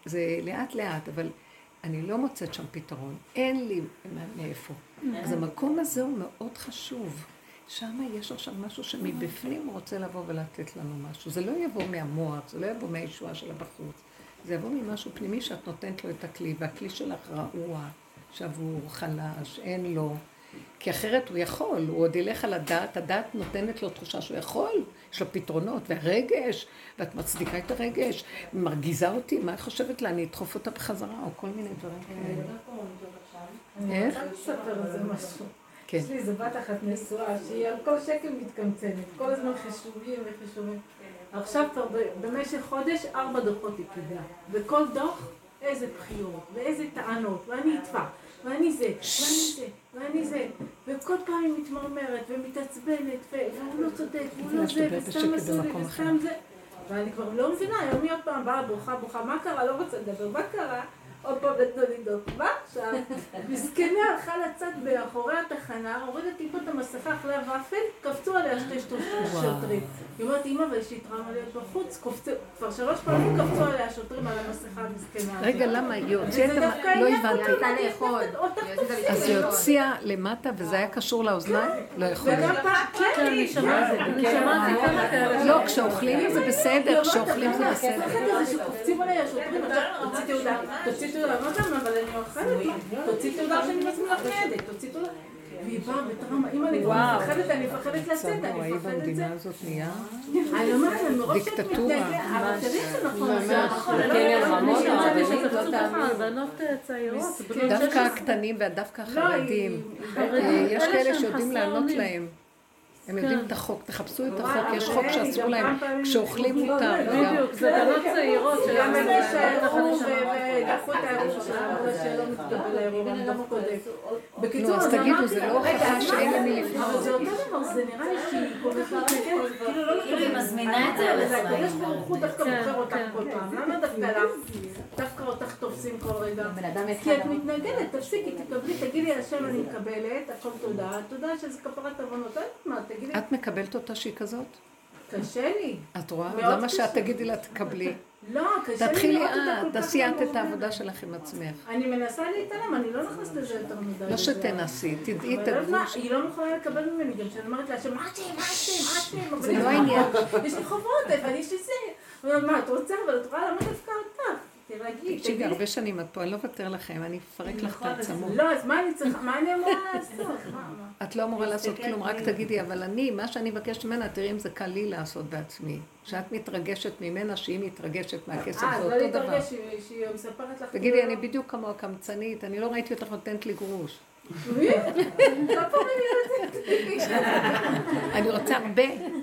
זה לאט לאט, אבל אני לא מוצאת שם פתרון. אין לי מאיפה. אז המקום הזה הוא מאוד חשוב. שם יש עכשיו משהו שמבפנים רוצה לבוא ולתת לנו משהו. זה לא יבוא מהמוח, זה לא יבוא מהישועה של הבחוץ. זה יבוא ממשהו פנימי שאת נותנת לו את הכלי, והכלי שלך רעוע, שבור, חלש, אין לו. כי אחרת הוא יכול, הוא עוד ילך על הדעת, הדעת נותנת לו תחושה שהוא יכול, יש לו פתרונות, והרגש, ואת מצדיקה את הרגש, מרגיזה אותי, מה את חושבת לה, אני אדחוף אותה בחזרה, או כל מיני דברים כאלה. אני רוצה לספר על זה משהו. יש לי איזה בת אחת נשואה, שהיא על כל שקל מתקמצנת, כל הזמן חישובים וחישובים. עכשיו כבר במשך חודש 4 דוחות היא קיבלה, וכל דוח איזה בחירות, ואיזה טענות, ואני אתפה. ואני זה, ואני זה, וכל פעם היא מתמרמרת ומתעצבנת, והוא לא צודק, והוא לא זה, וסתם עשו לי, וסתם זה. ואני כבר לא מבינה, היום היא עוד פעם באה ברוכה, מה קרה? לא רוצה לדבר, מה קרה? עוד פעם נתנו לי דוק, מה עכשיו? מסכנה הלכה לצד באחורי התחנה, הורידה טיפה את המסכה אחרי הוואפל, קפצו עליה 2 שוטרים. היא אומרת, אמא, אבל יש לי טראומה להיות בחוץ, כבר 3 פעמים קפצו עליה שוטרים על המסכה המסכנה. רגע, למה? היא הוציאה את לא הבנתי. אז היא הוציאה למטה וזה היה קשור לאוזניים? לא יכול להיות. כן, אני שמעתי כמה כאלה. לא, כשאוכלים זה בסדר, כשאוכלים זה בסדר. קופצים עליה השוטרים, תוציא תעודה, אמרת למה, אבל אני אוכלת, תוציא תעודה שאני מזמינה ניידת, תוציא תעודה. והיא באה וטרמה, אמא אני כבר מפחדת, אני מפחדת לצאת, אני מפחדת את זה. במדינה הזאת נהיה אני אומרת להם, מרוב שאת מתנגדת, אבל תראי שנכון, זה נכון, בנות צעירות. דווקא הקטנים ודווקא החרדים, יש כאלה שיודעים לענות להם. הם יודעים את החוק, תחפשו את החוק, יש חוק שאסור להם, כשאוכלים מותר. בדיוק, זה בנות צעירות גם אלה שהערו ודחו את הערעור שלנו, שלא מתקבל הערעור, אני גם קודם. בקיצור, אז תגידו, זה לא הוכחה שאין למי לפנות. אבל זה אותו דבר, זה נראה לי שהיא כל כך מתנגדת, כאילו לא היא מזמינה את זה על עצמה. הקדוש ברוך הוא דווקא בוחר אותך כל פעם, למה דווקא לך? דווקא אותך תופסים כל רגע. כי את מתנגדת, תפסיקי, תקבלי, תגידי השם אני מקבלת, הכל תודה, תודה שזה כפרת עוונות, את מקבלת אותה שהיא כזאת? קשה לי. את רואה? למה שאת תגידי לה תקבלי? לא, קשה לי תתחילי לראות אותה כל כך. תעשי את העבודה שלך עם עצמך. אני מנסה להתעלם, אני לא נכנסת לזה יותר מדי. לא שתנסי, תדעי את הגבול. היא לא מוכנה לקבל ממני, גם שאני אומרת לה, מה אתם? זה לא העניין. יש לי חובות, אבל יש לי זה. אני אומרת, מה, את רוצה? אבל את רואה למה דווקא אותך? תרגי. תקשיבי, הרבה שנים את פה, אני לא אוותר לכם, אני אפרק לך את העצמות. לא, אז מה אני צריכה, מה אני אמורה לעשות? את לא אמורה לעשות כלום, רק תגידי, אבל אני, מה שאני מבקשת ממנה, תראי אם זה קל לי לעשות בעצמי. שאת מתרגשת ממנה, שהיא מתרגשת מהכסף, זה אותו דבר. לא להתרגש, שהיא מספרת לך... תגידי, אני בדיוק כמו קמצנית, אני לא ראיתי אותך נותנת לי גרוש. אני רוצה הרבה.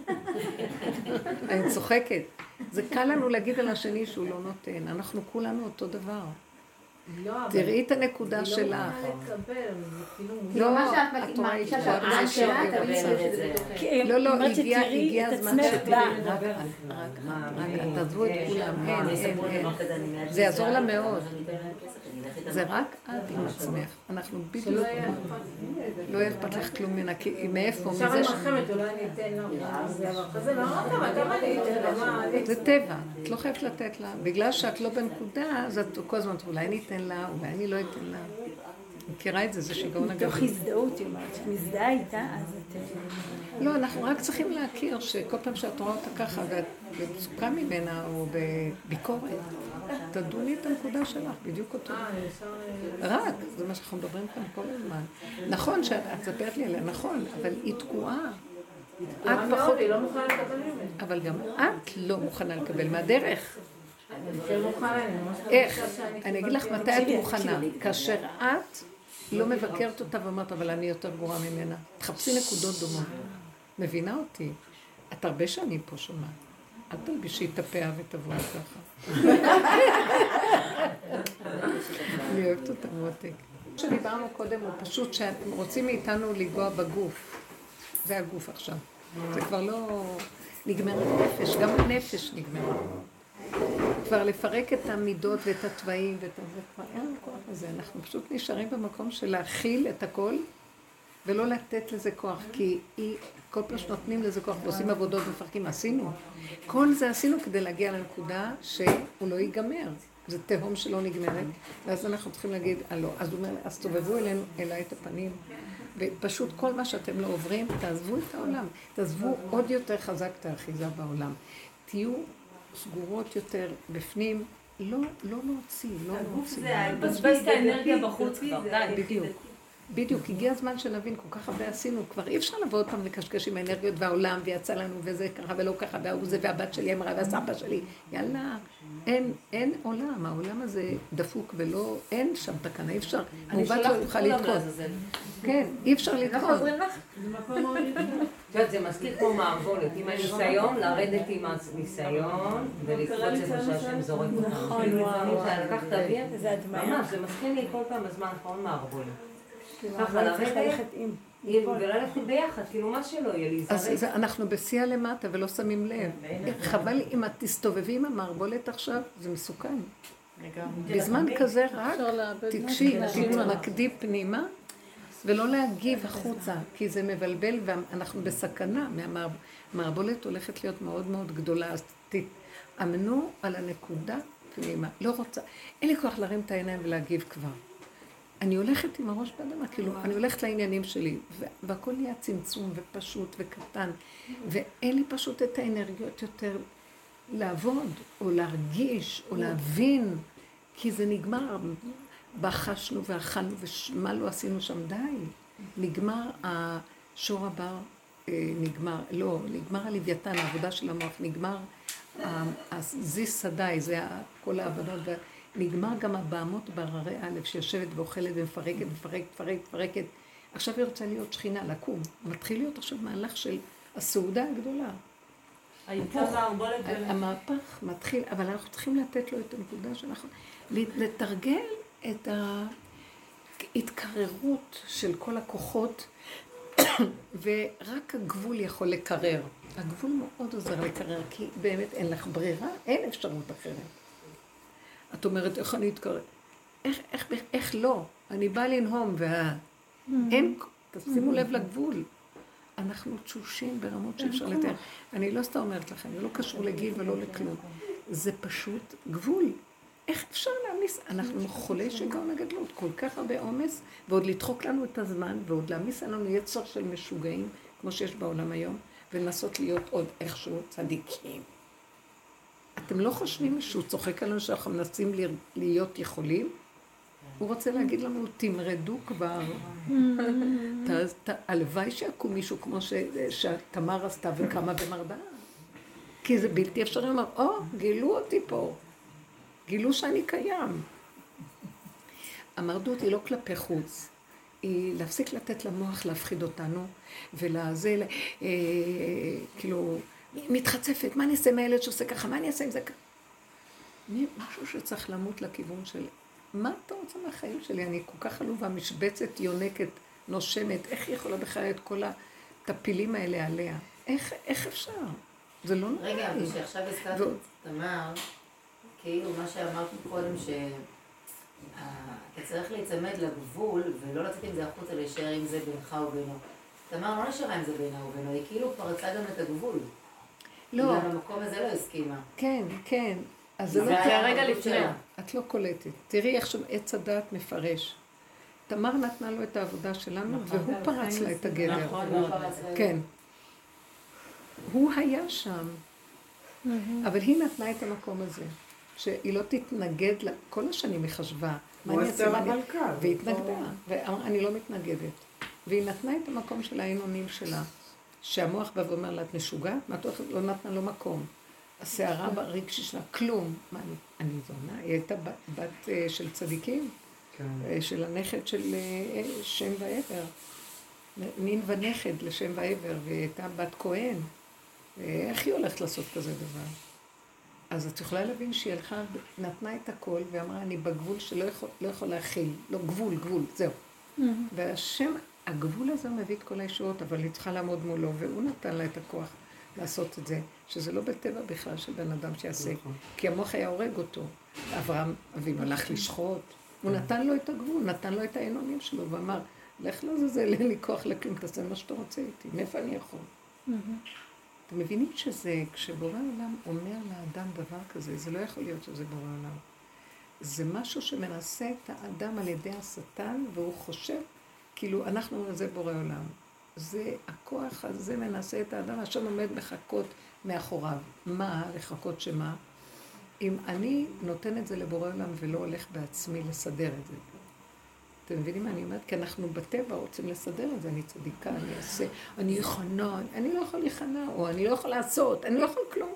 אני צוחקת. זה קל לנו להגיד על השני שהוא לא נותן. אנחנו כולנו אותו דבר. תראי את הנקודה שלך. לא, את רואה איתה בזה שהיא לא, לא, הגיע הזמן שתראי. רק תעזבו את כולם. זה יעזור לה מאוד. זה רק את עם עצמך. אנחנו בדיוק... לא יהיה אכפת לך כלום ממנה, כי מאיפה? אפשר למחמת, אולי אני אתן לה. זה לא כמה אני אתן לה. זה טבע, את לא חייבת לתת לה. בגלל שאת לא בנקודה, אז את כל הזמן, אולי אני אתן לה, אולי אני לא אתן לה. מכירה את זה, זה שיגעון הגבי. מתוך הזדהות, היא אומרת, שאת מזדהה איתה, אז את... לא, אנחנו רק צריכים להכיר שכל פעם שאת רואה אותה ככה, ואת במצוקה ממנה, או בביקורת, תדעו את הנקודה שלך, בדיוק אותו. רק, זה מה שאנחנו מדברים כאן כל הזמן. נכון שאת ספרת לי עליה, נכון, אבל היא תקועה. את פחות... היא לא מוכנה לקבל ממני. אבל גם את לא מוכנה לקבל מהדרך. אני כן מוכנה, איך? אני אגיד לך מתי את מוכנה. כאשר את לא מבקרת אותה ואומרת, אבל אני יותר גרועה ממנה. תחפשי נקודות דומות. מבינה אותי? את הרבה שנים פה שומעת. אל תלבישי את הפאה ותבואי ככה. אני אוהבת אותה מותק. שדיברנו קודם הוא פשוט שרוצים מאיתנו לגוע בגוף. זה הגוף עכשיו. זה כבר לא נגמרת נפש, גם הנפש נגמרת. כבר לפרק את המידות ואת התוואים ואת זה, כבר אין לנו כוח לזה. אנחנו פשוט נשארים במקום של להכיל את הכל ולא לתת לזה כוח, כי כל פעם שנותנים לזה כוח ועושים עבודות ומפרקים, עשינו. כל זה עשינו כדי להגיע לנקודה שהוא לא ייגמר. זה תהום שלא נגמרת, ואז אנחנו צריכים להגיד, לא. אז הוא אומר, אז תובבו אליי את הפנים, ופשוט כל מה שאתם לא עוברים, תעזבו את העולם, תעזבו עוד יותר חזק את האחיזה בעולם. תהיו סגורות יותר בפנים, לא להוציא, לא להוציא. לבזבז את האנרגיה בחוץ כבר, די. בדיוק. בדיוק, הגיע הזמן שנבין, כל כך הרבה עשינו, כבר אי אפשר לבוא עוד פעם לקשקש עם האנרגיות והעולם, ויצא לנו וזה ככה ולא ככה, והוא זה והבת שלי אמרה והסבא שלי, יאללה, אין עולם, העולם הזה דפוק ולא, אין שם תקנה, אי אפשר, מעוות לא יוכל לדחות. כן, אי אפשר לדחות. אנחנו עוזרים לך? זה מזכיר כמו מערבולת, עם הניסיון, לרדת עם הניסיון, ולקפוץ את מה שהשם זורק אותם. נכון, וואו. לקחת אוויר, ממש, זה מזכיר לי כל פעם בזמן האחרון מערבולת. ככה לרדת, וללכת ביחד, כאילו מה שלא יהיה לי זרק. אז אנחנו בשיא למטה ולא שמים לב. חבל אם את תסתובבי עם המערבולת עכשיו, זה מסוכן. בזמן כזה רק תקשי, תתמקדי פנימה, ולא להגיב החוצה, כי זה מבלבל ואנחנו בסכנה. המערבולת הולכת להיות מאוד מאוד גדולה, אז תתאמנו על הנקודה פנימה. לא רוצה, אין לי כוח להרים את העיניים ולהגיב כבר. אני הולכת עם הראש באדמה, כאילו, אני הולכת לעניינים שלי, והכל נהיה צמצום ופשוט וקטן, ואין לי פשוט את האנרגיות יותר לעבוד, או להרגיש, או להבין, כי זה נגמר, בחשנו ואכלנו, ומה לא עשינו שם, די. נגמר השור הבר, נגמר הלוויתן, העבודה של המוח, נגמר הזיס שדי, זה כל העבודות, נגמר גם הבעמות בררי א' שיושבת ואוכלת ומפרקת. עכשיו היא רוצה להיות שכינה, לקום. מתחיל להיות עכשיו מהלך של הסעודה הגדולה. המהפך מתחיל, אבל אנחנו צריכים לתת לו את הנקודה שאנחנו... לתרגל את ההתקררות של כל הכוחות, ורק הגבול יכול לקרר. הגבול מאוד עוזר לקרר, כי באמת אין לך ברירה, אין אפשרות אחרת. את אומרת, איך אני אתקרב? איך לא? אני באה לנהום, אין, תשימו לב לגבול. אנחנו תשושים ברמות שאפשר לתאר. אני לא סתם אומרת לכם, זה לא קשור לגיל ולא לכלום. זה פשוט גבול. איך אפשר להעמיס? אנחנו חולי שיגעון הגדלות, כל כך הרבה עומס, ועוד לדחוק לנו את הזמן, ועוד להעמיס לנו יצר של משוגעים, כמו שיש בעולם היום, ולנסות להיות עוד איכשהו צדיקים. אתם לא חושבים שהוא צוחק עלינו שאנחנו מנסים להיות יכולים? הוא רוצה להגיד לנו, תמרדו כבר. הלוואי שיקום מישהו כמו שתמר עשתה וקמה במרדה. כי זה בלתי אפשרי, הוא אומר, גילו אותי פה. גילו שאני קיים. המרדות היא לא כלפי חוץ. היא להפסיק לתת למוח להפחיד אותנו, ולזה, כאילו, מתחצפת, מה אני אעשה מהילד שעושה ככה, מה אני אעשה עם זה ככה? משהו שצריך למות לכיוון של, מה אתה רוצה מהחיים שלי? אני כל כך עלובה, משבצת, יונקת, נושמת, איך היא יכולה בכלל את כל הטפילים האלה עליה? איך אפשר? זה לא נראה לי. רגע, אבל שעכשיו הזכרת את תמר, כאילו מה שאמרת קודם, אתה צריך להיצמד לגבול, ולא לצאת עם זה החוצה, להישאר עם זה בינך ובינו. תמר לא נשארה עם זה בינה ובינו, היא כאילו פרצה גם את הגבול. לא. גם המקום הזה לא הסכימה. כן, כן. אז זה היה רגע לפני. את לא קולטת. תראי איך שם עץ הדעת מפרש. תמר נתנה לו את העבודה שלנו, והוא פרץ לה את הגדר. כן. הוא היה שם. אבל היא נתנה את המקום הזה. שהיא לא תתנגד לה. כל השנים היא חשבה. הוא אסתר המלכה. והיא התנגדה. ואמרה, אני לא מתנגדת. והיא נתנה את המקום של האינונים שלה. שהמוח בא ואומר לה, את משוגעת? מה את הולכת? לא נתנה לו מקום. השערה ברגשי שלה, כלום. מה, אני זונה? היא הייתה בת של צדיקים, של הנכד של שם ועבר. מין ונכד לשם ועבר, והיא הייתה בת כהן. איך היא הולכת לעשות כזה דבר? אז את יכולה להבין שהיא הלכה, נתנה את הכל, ואמרה, אני בגבול שלא יכול להכיל. לא, גבול, זהו. והשם, הגבול הזה מביא את כל הישועות, אבל היא צריכה לעמוד מולו, והוא נתן לה את הכוח לעשות את זה, שזה לא בטבע בכלל של בן אדם שיעשה, כי המוח היה הורג אותו. אברהם אבינו הלך לשחוט, הוא נתן לו את הגבול, נתן לו את העינונים שלו, ואמר, לך לזלזל, אין לי כוח לכלום, תעשה מה שאתה רוצה איתי, מאיפה אני יכול? אתם מבינים שזה, כשבורא עולם אומר לאדם דבר כזה, זה לא יכול להיות שזה בורא עולם. זה משהו שמנסה את האדם על ידי השטן, והוא חושב, כאילו אנחנו זה בורא עולם. זה, הכוח הזה מנסה את האדם, השם עומד מחכות מאחוריו. מה? לחכות שמה? אם אני נותן את זה לבורא עולם ולא הולך בעצמי לסדר את זה. אתם מבינים מה אני אומרת? כי אנחנו בטבע רוצים לסדר את זה, אני צדיקה, אני אעשה, אני יכנה, אני לא יכול להיכנע, או אני לא יכול לעשות, אני לא יכול כלום.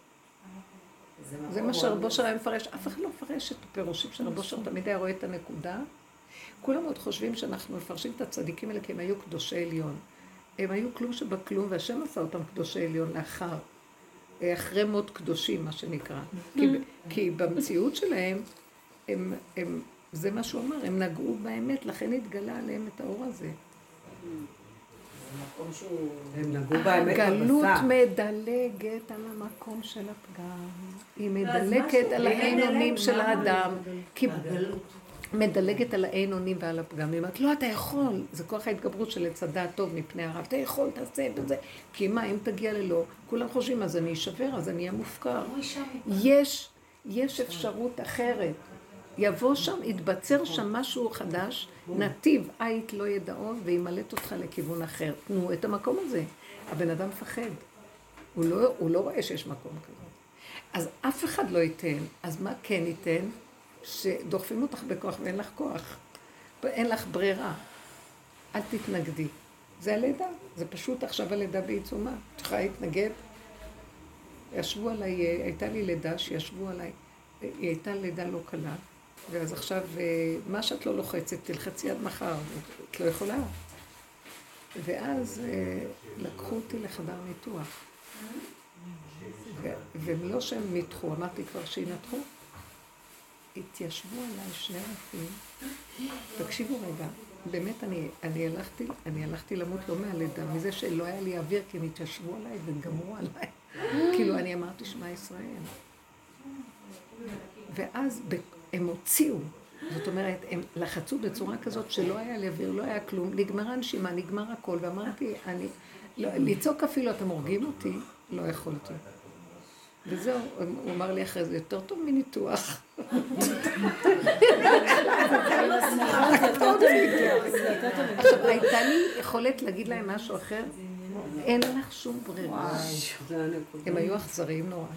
זה מה שרבו שר היה מפרש, אף אחד לא מפרש את הפירושים של רבו שר, תמיד היה רואה את הנקודה. כולם עוד חושבים שאנחנו מפרשים את הצדיקים האלה כי הם היו קדושי עליון. הם היו כלום שבכלום, והשם עשה אותם קדושי עליון לאחר, אחרי מות קדושים, מה שנקרא. כי במציאות שלהם, זה מה שהוא אמר, הם נגעו באמת, לכן התגלה עליהם את האור הזה. הם נגעו באמת בבשר. הגלות מדלגת על המקום של הפגם. היא מדלגת על האין אונים של האדם. מדלגת על האין אונים ועל הפגם. היא אומרת, לא, אתה יכול. זה כוח ההתגברות של הצדה הטוב מפני הרב. אתה יכול, תעשה את זה. כי מה, אם תגיע ללא, כולם חושבים, אז אני אשבר, אז אני אהיה מופקר. יש אפשרות אחרת. יבוא שם, יתבצר שם משהו חדש, נתיב עית לא ידעו, וימלט אותך לכיוון אחר. תנו את המקום הזה. הבן אדם מפחד. הוא לא רואה שיש מקום כזה. אז אף אחד לא ייתן. אז מה כן ייתן? שדוחפים אותך בכוח ואין לך כוח. אין לך ברירה. אל תתנגדי. זה הלידה. זה פשוט עכשיו הלידה בעיצומה. צריכה להתנגד. ישבו עליי, הייתה לי לידה שישבו עליי. היא הייתה לידה לא קלה. ואז עכשיו, מה שאת לא לוחצת, תלחצי עד מחר, את לא יכולה. ואז לקחו אותי לחדר ניתוח. ולא שהם ניתחו, אמרתי כבר שינתחו. התיישבו עליי שני רופאים. תקשיבו רגע, באמת אני הלכתי למות לא מהלידה, מזה שלא היה לי אוויר, כי הם התיישבו עליי וגמרו עליי. כאילו אני אמרתי שמע ישראל. ואז הם הוציאו, זאת אומרת, הם לחצו בצורה כזאת שלא היה לי אוויר, לא היה כלום, נגמרה הנשימה, נגמר הכל, ואמרתי, לצעוק אפילו, אתם הורגים אותי, לא יכולתי. וזהו, הוא אמר לי אחרי זה, יותר טוב מניתוח. עכשיו, הייתה לי יכולת להגיד להם משהו אחר, אין לך שום ברירה. הם היו אכזריים נורא.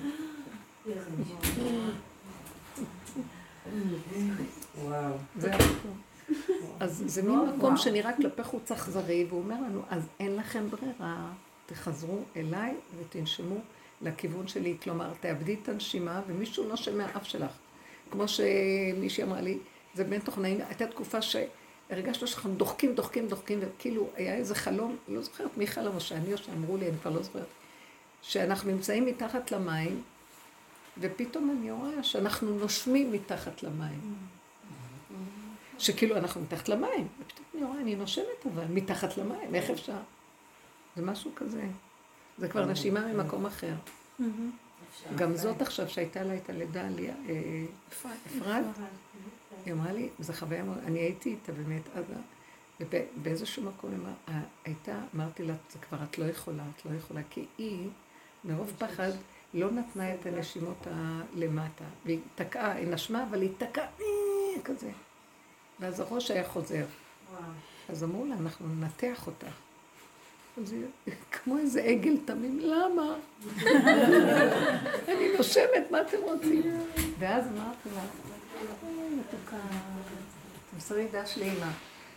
וואו. אז זה מין מקום שנראה כלפי חוץ אכזרי, והוא אומר לנו, אז אין לכם ברירה, תחזרו אליי ותנשמו לכיוון שלי, כלומר, תאבדי את הנשימה, ומישהו נושם מהאף שלך. כמו שמישהי אמרה לי, זה בין תוכנאים, הייתה תקופה שהרגשנו שאנחנו דוחקים, וכאילו היה איזה חלום, לא זוכרת מי חלום או שאני או שאמרו לי, אני כבר לא זוכרת, שאנחנו נמצאים מתחת למים, ופתאום אני רואה שאנחנו נושמים מתחת למים. שכאילו אנחנו מתחת למים, ופתאום אני רואה, אני נושמת אבל מתחת למים, איך אפשר? זה משהו כזה. זה כבר נשימה ממקום אחר. גם זאת עכשיו שהייתה לה את הלידה, אפרת, היא אמרה לי, זו חוויה, אני הייתי איתה באמת, ובאיזשהו מקום אמרתי לה, זה כבר את לא יכולה, כי היא, מרוב פחד, לא נתנה את הנשימות למטה, והיא תקעה, היא נשמה, אבל היא תקעה כזה. ואז הראש היה חוזר. אז אמרו לה, אנחנו ננתח אותה. אז היא כמו איזה עגל תמים, למה? אני נושמת, מה אתם רוצים? ואז אמרתי לה, מתוקה, תמסרי דש לאמא.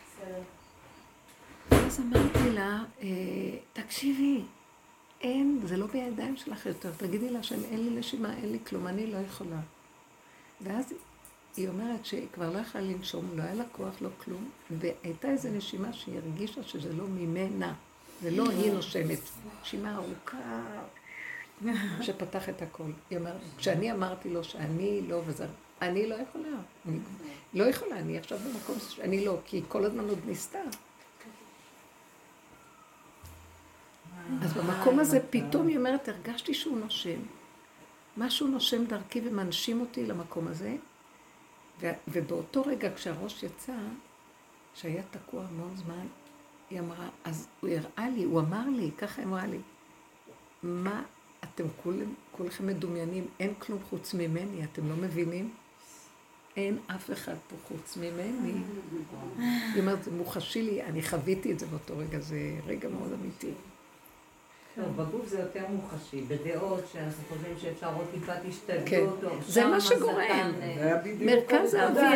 אז אמרתי לה, תקשיבי, אין, זה לא בידיים שלך יותר, תגידי לה שאין לי נשימה, אין לי כלום, אני לא יכולה. ואז היא אומרת שהיא כבר לא יכולה לנשום, לא היה לה כוח, לא כלום, והייתה איזו נשימה שהיא הרגישה שזה לא ממנה, ולא היא נושמת. נשימה ארוכה שפתח את הכל. היא אומרת, כשאני אמרתי לו שאני לא, וזה, אני לא יכולה. אני לא יכולה, אני עכשיו במקום שאני לא, כי כל הזמן עוד נסתה. אז במקום הזה פתאום היא אומרת, הרגשתי שהוא נושם. משהו נושם דרכי ומנשים אותי למקום הזה, ובאותו רגע כשהראש יצא, שהיה תקוע המון זמן, היא אמרה, אז הוא הראה לי, הוא אמר לי, ככה אמרה לי, מה אתם כולכם מדומיינים, אין כלום חוץ ממני, אתם לא מבינים? אין אף אחד פה חוץ ממני. היא אומרת, זה מוחשי לי, אני חוויתי את זה באותו רגע, זה רגע מאוד אמיתי. טוב, בגוף זה יותר מוחשי, בדעות שאנחנו חושבים שאפשר עוד טיפת השתגעות, זה מה שגורם. מרכז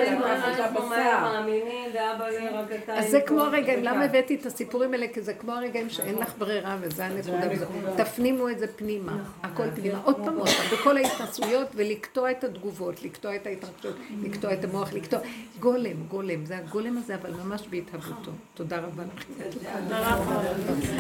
אז זה כמו הרגעים, למה הבאתי את הסיפורים האלה? כי זה כמו הרגעים שאין לך ברירה, וזה הנקודה. תפנימו את זה פנימה, הכל פנימה, עוד פעם, בכל ההתנסויות, ולקטוע את התגובות, לקטוע את ההתרחשות, לקטוע את המוח, לקטוע. גולם, זה הגולם הזה, אבל ממש בהתהוותו. תודה רבה לכם.